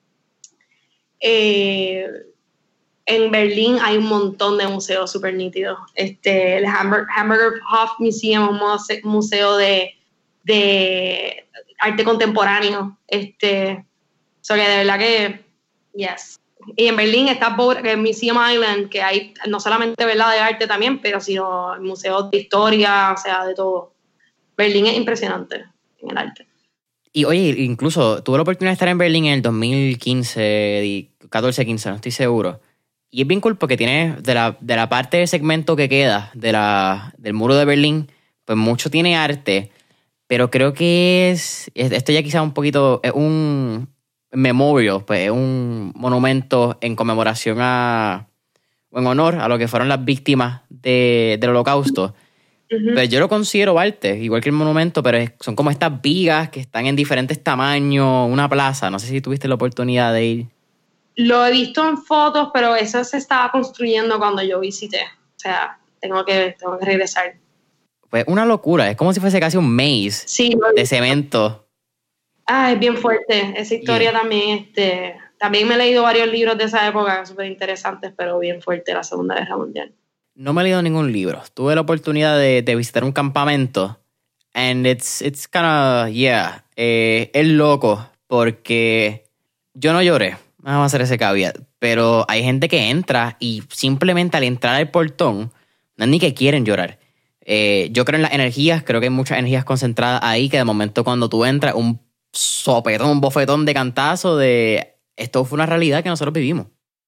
Eh, en Berlín hay un montón de museos súper nítidos. Este, el Hamburg, Hamburger Hof Museum, un museo, museo de, de arte contemporáneo. Este, so que de verdad que, yes. Y en Berlín está el Museum Island, que hay no solamente, ¿verdad?, de arte también, pero sino museos de historia, o sea, de todo. Berlín es impresionante en el arte. Y oye, incluso tuve la oportunidad de estar en Berlín en el dos mil quince, catorce quince, no estoy seguro. Y es bien cool porque tiene, de la, de la parte del segmento que queda de la, del muro de Berlín, pues mucho tiene arte, pero creo que es, esto ya quizás un poquito, es un memorial, pues es un monumento en conmemoración a, o en honor a lo que fueron las víctimas de, del Holocausto. Uh-huh. Pero yo lo considero arte, igual que el monumento, pero es, son como estas vigas que están en diferentes tamaños, una plaza, no sé si tuviste la oportunidad de ir. Lo he visto en fotos, pero eso se estaba construyendo cuando yo visité. O sea, tengo que, tengo que regresar. Pues una locura, es como si fuese casi un maze sí, de cemento. Ah, es bien fuerte. Esa historia yeah. también, este, también me he leído varios libros de esa época, súper interesantes, pero bien fuerte la Segunda Guerra Mundial. No me he leído ningún libro. Tuve la oportunidad de, de visitar un campamento. And it's, it's kind of, yeah, eh, es loco porque yo no lloré. Vamos a hacer ese caveat. Pero hay gente que entra y simplemente al entrar al portón, no es ni que quieren llorar. Eh, yo creo en las energías, creo que hay muchas energías concentradas ahí que de momento cuando tú entras, un sopetón, un bofetón de cantazo de esto fue una realidad que nosotros vivimos.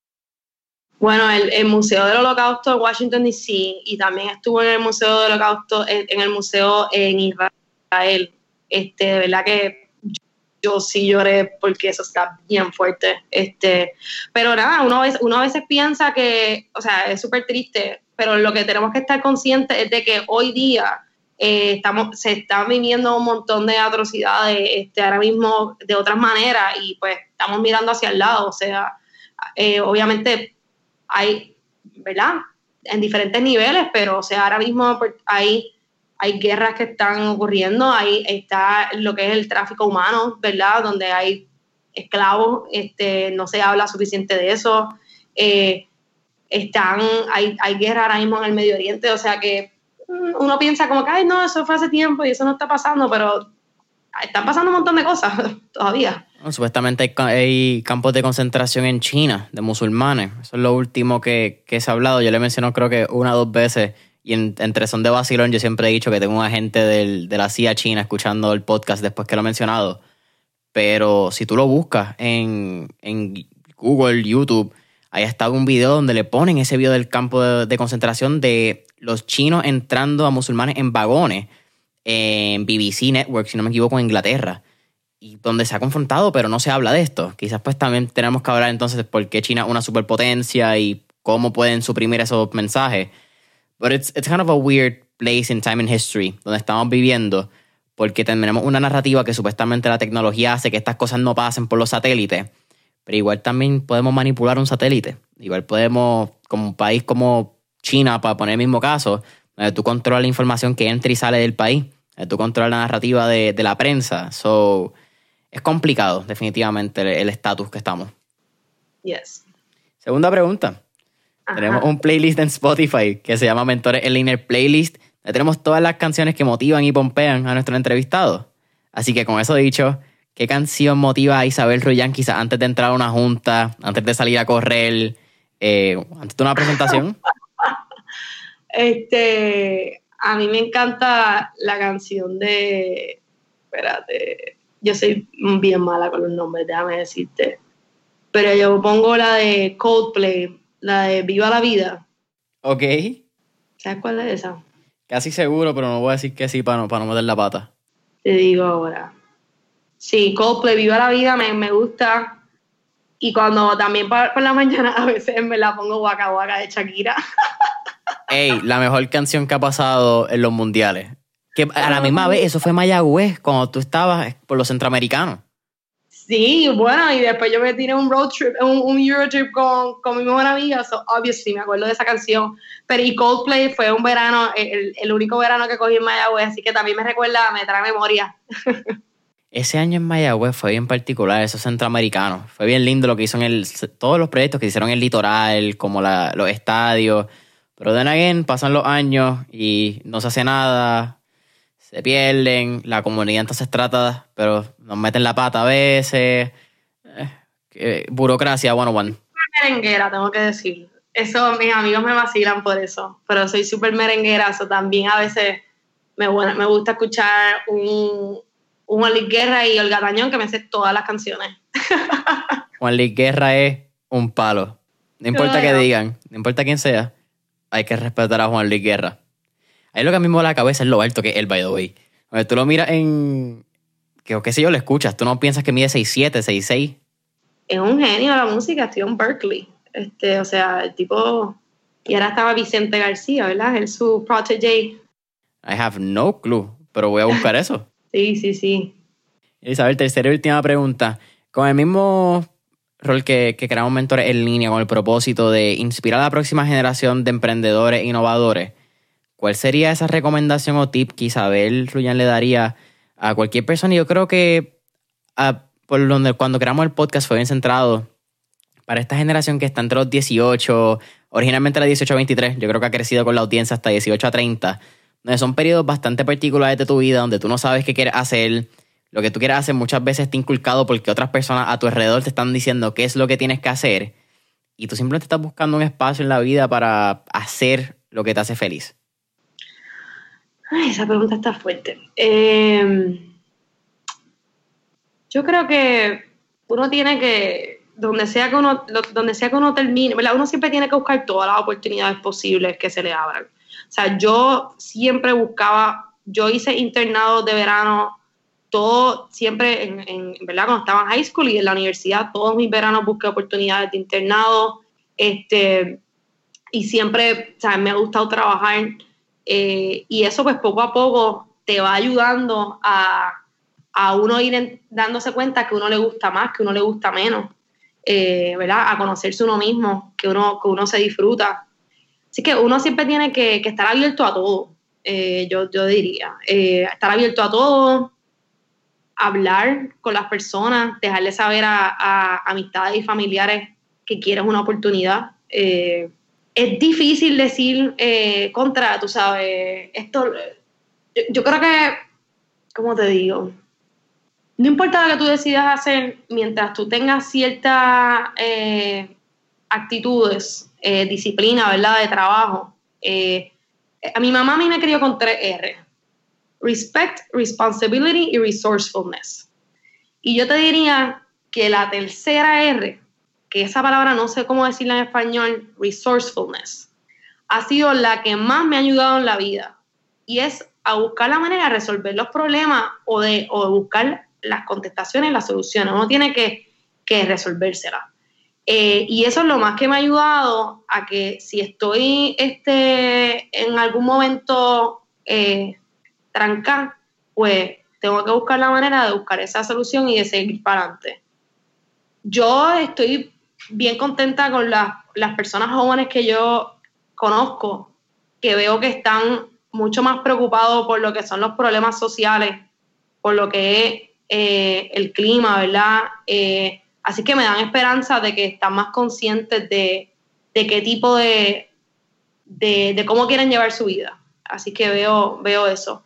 Bueno, el, el Museo del Holocausto en Washington, D C y también estuvo en el Museo del Holocausto, en, en el museo en Israel. Este, de verdad que yo, yo sí lloré porque eso está bien fuerte. Este, pero nada, uno, uno a veces piensa que, o sea, es súper triste, pero lo que tenemos que estar conscientes es de que hoy día eh, estamos, se están viviendo un montón de atrocidades este, ahora mismo de otras maneras y pues estamos mirando hacia el lado. O sea, eh, obviamente hay, ¿verdad? En diferentes niveles, pero o sea, ahora mismo hay, hay guerras que están ocurriendo, ahí está lo que es el tráfico humano, ¿verdad? Donde hay esclavos, este, no se habla suficiente de eso, eh, están, hay, hay guerra ahora mismo en el Medio Oriente, o sea que uno piensa como que, ay, no, eso fue hace tiempo y eso no está pasando, pero están pasando un montón de cosas todavía. Bueno, supuestamente hay, hay campos de concentración en China de musulmanes. Eso es lo último que, que se ha hablado. Yo le menciono creo que una o dos veces y en, entre son de vacilón yo siempre he dicho que tengo un agente del, de la C I A china escuchando el podcast después que lo he mencionado. Pero si tú lo buscas en, en Google, YouTube, ahí está un video donde le ponen ese video del campo de, de concentración de los chinos entrando a musulmanes en vagones en B B C Network, si no me equivoco, en Inglaterra, y donde se ha confrontado, pero no se habla de esto. Quizás pues también tenemos que hablar entonces de por qué China es una superpotencia y cómo pueden suprimir esos mensajes. But it's, it's kind of a weird place in time and history donde estamos viviendo, porque tenemos una narrativa que supuestamente la tecnología hace que estas cosas no pasen por los satélites, pero igual también podemos manipular un satélite. Igual podemos, como un país como China, para poner el mismo caso, donde tú controlas la información que entra y sale del país, donde tú controlas la narrativa de, de la prensa. So, es complicado, definitivamente, el estatus que estamos. Yes. Segunda pregunta. Ajá. Tenemos un playlist en Spotify que se llama Mentores en Línea Playlist. Le tenemos todas las canciones que motivan y pompean a nuestro entrevistado. Así que con eso dicho, ¿qué canción motiva a Isabel Rullán quizás antes de entrar a una junta, antes de salir a correr, eh, antes de una presentación? Este, a mí me encanta la canción de, espérate, yo soy bien mala con los nombres, déjame decirte, pero yo pongo la de Coldplay, la de Viva la Vida. Ok. ¿Sabes cuál es esa? Casi seguro, pero no voy a decir que sí para no, para no meter la pata. Te digo ahora. Sí, Coldplay, Viva la Vida, me, me gusta. Y cuando también por, por la mañana a veces me la pongo Waka Waka de Shakira. Ey, la mejor canción que ha pasado en los mundiales. Que a la misma vez, eso fue Mayagüez, cuando tú estabas por los centroamericanos. Sí, bueno, y después yo me tiré un road trip, un, un Euro trip con, con mi mejor amiga, so obviously me acuerdo de esa canción. Pero y Coldplay fue un verano, el, el único verano que cogí en Mayagüez, así que también me recuerda, me trae memoria. Ese año en Mayagüez fue bien particular, esos centroamericanos. Fue bien lindo lo que hizo en el, todos los proyectos que hicieron en el litoral, como la, los estadios. Pero then again, pasan los años y no se hace nada, se pierden, la comunidad entonces trata, pero nos meten la pata a veces. Eh, eh, burocracia one oh one. Súper merenguera, tengo que decir. Eso, mis amigos me vacilan por eso, pero soy súper merenguera, eso también a veces me, bueno, me gusta escuchar un, un Juan Luis Guerra y Olga Tañón, que me sé todas las canciones. Juan Luis Guerra es un palo. No importa qué digan, no importa quién sea, hay que respetar a Juan Luis Guerra. Ahí lo que a mí me mola la cabeza es lo alto que es el by the way. Cuando tú lo miras en... Que, qué sé yo, lo escuchas, tú no piensas que mide seis siete, seis seis. Es un genio de la música, estudió en Berkeley. Este, o sea, el tipo... Y ahora estaba Vicente García, ¿verdad? Él su protégé. I have no clue, pero voy a buscar eso. Sí, sí, sí. Isabel, tercera y última pregunta. Con el mismo rol que, que creamos mentores en línea con el propósito de inspirar a la próxima generación de emprendedores e innovadores, ¿cuál sería esa recomendación o tip que Isabel Rullán le daría a cualquier persona? Y yo creo que a, por donde cuando creamos el podcast fue bien centrado para esta generación que está entre los dieciocho, originalmente la dieciocho a veintitrés, yo creo que ha crecido con la audiencia hasta dieciocho a treinta, donde son periodos bastante particulares de tu vida, donde tú no sabes qué quieres hacer. Lo que tú quieres hacer muchas veces está inculcado porque otras personas a tu alrededor te están diciendo qué es lo que tienes que hacer y tú simplemente estás buscando un espacio en la vida para hacer lo que te hace feliz. Ay, esa pregunta está fuerte. Eh, yo creo que uno tiene que, donde sea que uno, donde sea que uno termine, ¿verdad? Uno siempre tiene que buscar todas las oportunidades posibles que se le abran. O sea, yo siempre buscaba, yo hice internados de verano, todo, siempre, en, en, ¿verdad? Cuando estaba en high school y en la universidad, todos mis veranos busqué oportunidades de internado, este, y siempre, o sea, me ha gustado trabajar, eh, y eso pues poco a poco te va ayudando a, a uno ir en, dándose cuenta que uno le gusta más, que uno le gusta menos, eh, ¿verdad? A conocerse uno mismo, que uno, que uno se disfruta. Así que uno siempre tiene que, que estar abierto a todo, eh, yo, yo diría, eh, estar abierto a todo, hablar con las personas, dejarle saber a, a amistades y familiares que quieres una oportunidad. Eh, es difícil decir eh, contra, tú sabes, esto, yo, yo creo que, ¿cómo te digo? No importa lo que tú decidas hacer, mientras tú tengas ciertas eh, actitudes, eh, disciplina, ¿verdad?, de trabajo. Eh, a mi mamá a mí me crió con tres R. Respect, responsibility y resourcefulness. Y yo te diría que la tercera R, que esa palabra no sé cómo decirla en español, resourcefulness, ha sido la que más me ha ayudado en la vida. Y es a buscar la manera de resolver los problemas o de, o de buscar las contestaciones, las soluciones. Uno tiene que, que resolvérselas. Eh, y eso es lo más que me ha ayudado a que si estoy este, en algún momento eh, trancada, pues tengo que buscar la manera de buscar esa solución y de seguir para adelante. Yo estoy bien contenta con las, las personas jóvenes que yo conozco, que veo que están mucho más preocupados por lo que son los problemas sociales, por lo que es eh, el clima, ¿verdad? Eh, así que me dan esperanza de que están más conscientes de, de qué tipo de, de, de cómo quieren llevar su vida. Así que veo, veo eso.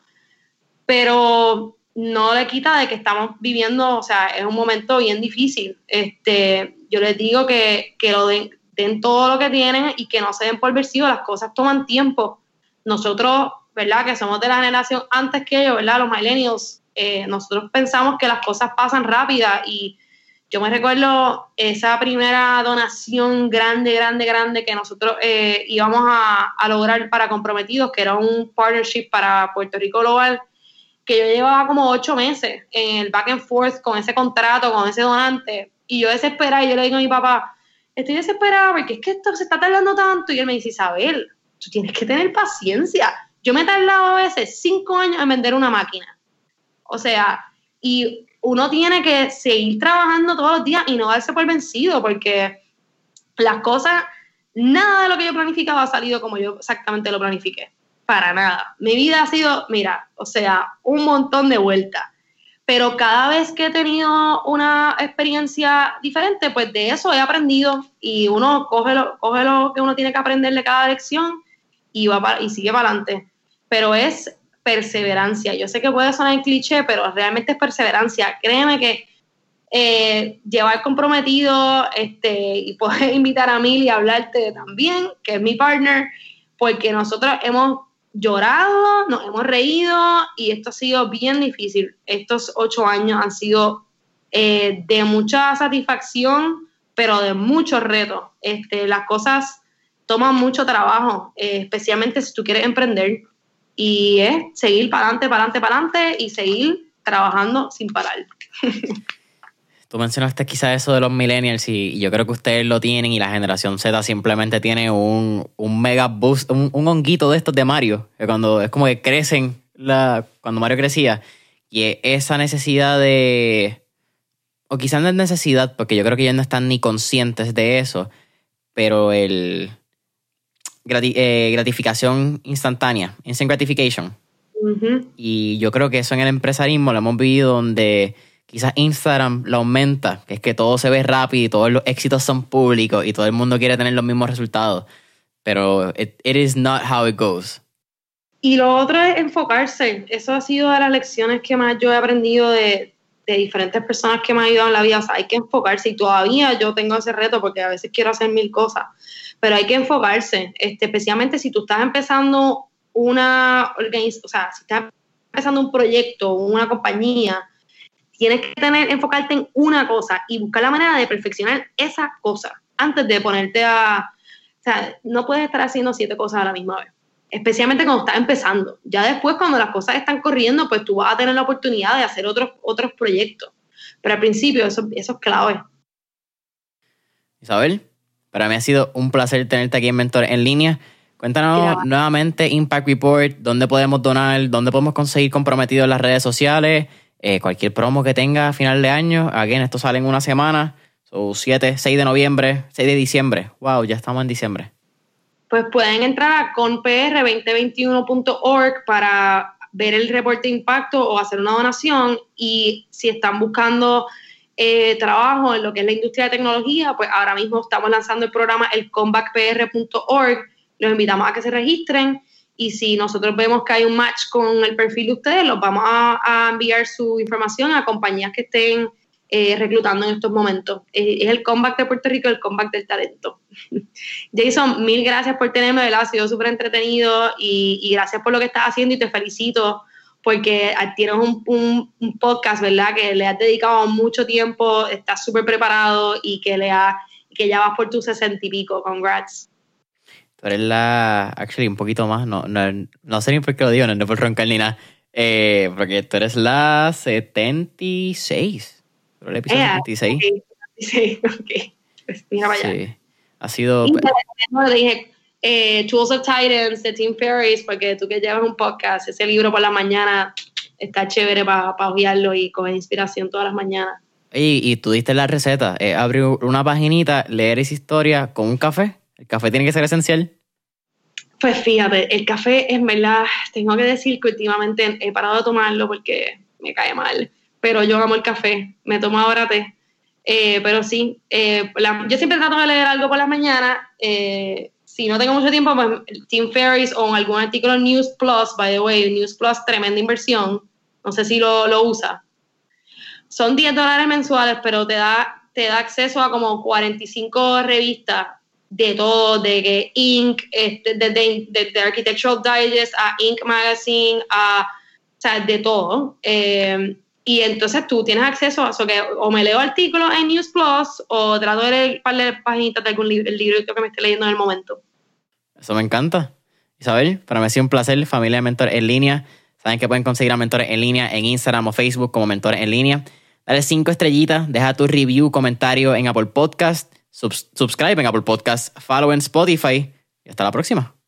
Pero no le quita de que estamos viviendo, o sea, es un momento bien difícil. Este, yo les digo que, que lo den, den todo lo que tienen y que no se den por vencidos, las cosas toman tiempo. Nosotros, ¿verdad?, que somos de la generación antes que ellos, ¿verdad?, los millennials, eh, nosotros pensamos que las cosas pasan rápidas y yo me recuerdo esa primera donación grande, grande, grande que nosotros eh, íbamos a, a lograr para Comprometidos, que era un partnership para Puerto Rico Global, que yo llevaba como ocho meses en el back and forth con ese contrato, con ese donante, y yo desesperada, y yo le digo a mi papá, estoy desesperada porque es que esto se está tardando tanto, y él me dice, Isabel, tú tienes que tener paciencia. Yo me he tardado a veces cinco años en vender una máquina. O sea, y uno tiene que seguir trabajando todos los días y no darse por vencido, porque las cosas, nada de lo que yo planificaba ha salido como yo exactamente lo planifiqué. Para nada. Mi vida ha sido, mira, o sea, un montón de vueltas. Pero cada vez que he tenido una experiencia diferente, pues de eso he aprendido y uno coge lo, coge lo que uno tiene que aprender de cada lección y, va para, y sigue para adelante. Pero es perseverancia. Yo sé que puede sonar cliché, pero realmente es perseverancia. Créeme que eh, llevar Comprometido este, y poder invitar a Mili a hablarte también, que es mi partner, porque nosotros hemos llorado, nos hemos reído y esto ha sido bien difícil. Estos ocho años han sido eh, de mucha satisfacción, pero de muchos retos. Este, las cosas toman mucho trabajo, eh, especialmente si tú quieres emprender, y es seguir para adelante, para adelante, para adelante y seguir trabajando sin parar. Tú mencionaste quizás eso de los millennials y yo creo que ustedes lo tienen y la generación Z simplemente tiene un, un mega boost, un, un honguito de estos de Mario, que cuando es como que crecen, la, cuando Mario crecía, y esa necesidad de o quizás no es necesidad, porque yo creo que ellos no están ni conscientes de eso, pero el grati- eh, gratificación instantánea, instant gratification. Uh-huh. Y yo creo que eso en el empresarismo lo hemos vivido donde quizás Instagram lo aumenta, que es que todo se ve rápido y todos los éxitos son públicos y todo el mundo quiere tener los mismos resultados. Pero it, it is not how it goes. Y lo otro es enfocarse. Eso ha sido de las lecciones que más yo he aprendido de, de diferentes personas que me han ayudado en la vida. O sea, hay que enfocarse. Y todavía yo tengo ese reto porque a veces quiero hacer mil cosas. Pero hay que enfocarse. Este, especialmente si tú estás empezando una organización, o sea, si estás empezando un proyecto o una compañía, tienes que tener, enfocarte en una cosa y buscar la manera de perfeccionar esa cosa antes de ponerte a... O sea, no puedes estar haciendo siete cosas a la misma vez. Especialmente cuando estás empezando. Ya después, cuando las cosas están corriendo, pues tú vas a tener la oportunidad de hacer otros, otros proyectos. Pero al principio eso, eso es clave. Isabel, para mí ha sido un placer tenerte aquí en Mentores en Línea. Cuéntanos yeah. nuevamente Impact Report, dónde podemos donar, dónde podemos conseguir comprometidos en las redes sociales, eh, cualquier promo que tenga a final de año. Again, esto sale en una semana. So, siete, seis de noviembre, seis de diciembre. Wow, ya estamos en diciembre. Pues pueden entrar a con p r veinte veintiuno punto org para ver el reporte de impacto o hacer una donación. Y si están buscando eh, trabajo en lo que es la industria de tecnología, pues ahora mismo estamos lanzando el programa el comeback p r punto org. Los invitamos a que se registren y si nosotros vemos que hay un match con el perfil de ustedes, los vamos a, a enviar su información a compañías que estén Eh, reclutando en estos momentos. Eh, es el comeback de Puerto Rico, el comeback del talento. Jason, mil gracias por tenerme, ¿verdad? Ha sido súper entretenido y, y gracias por lo que estás haciendo y te felicito porque tienes un, un, un podcast, ¿verdad? Que le has dedicado mucho tiempo, estás súper preparado y que, le ha, que ya vas por tus sesenta y pico. Congrats. Tú eres la... Actually, un poquito más. No, no, no sé ni por qué lo digo, no, no por roncar ni nada. Eh, porque tú eres la setenta y seis. Pero el episodio eh, setenta y seis. Sí, ok. Pues mira para allá. Sí. Ha sido... Le dije, eh, Tools of Titans de Tim Ferriss, porque tú que llevas un podcast, ese libro por la mañana está chévere para pa ojearlo y coger inspiración todas las mañanas. Y, y tú diste la receta. Eh, abrir una paginita, leer esa historia con un café. ¿El café tiene que ser esencial? Pues fíjate, el café es verdad, tengo que decir que últimamente he parado de tomarlo porque me cae mal. Pero yo amo el café, me tomo ahora té. Eh, pero sí, eh, la, yo siempre trato de leer algo por las mañanas. Eh, si no tengo mucho tiempo, pues Tim Ferriss o algún artículo en News Plus, by the way, News Plus, tremenda inversión. No sé si lo, lo usa. Son diez dólares mensuales, pero te da, te da acceso a como cuarenta y cinco revistas de todo, de que Inc, este, de, de, de, de Architectural Digest a Inc Magazine, a, o sea, de todo. Eh, Y entonces tú tienes acceso a eso, que o me leo artículos en News Plus o trato de leer un par de paginitas de algún libro, el libro que me esté leyendo en el momento. Eso me encanta. Isabel, para mí ha sido un placer, familia de Mentores en Línea. Saben que pueden conseguir a Mentores en Línea en Instagram o Facebook como Mentores en Línea. Dale cinco estrellitas, deja tu review, comentario en Apple Podcast, subs- subscribe en Apple Podcast, follow en Spotify y hasta la próxima.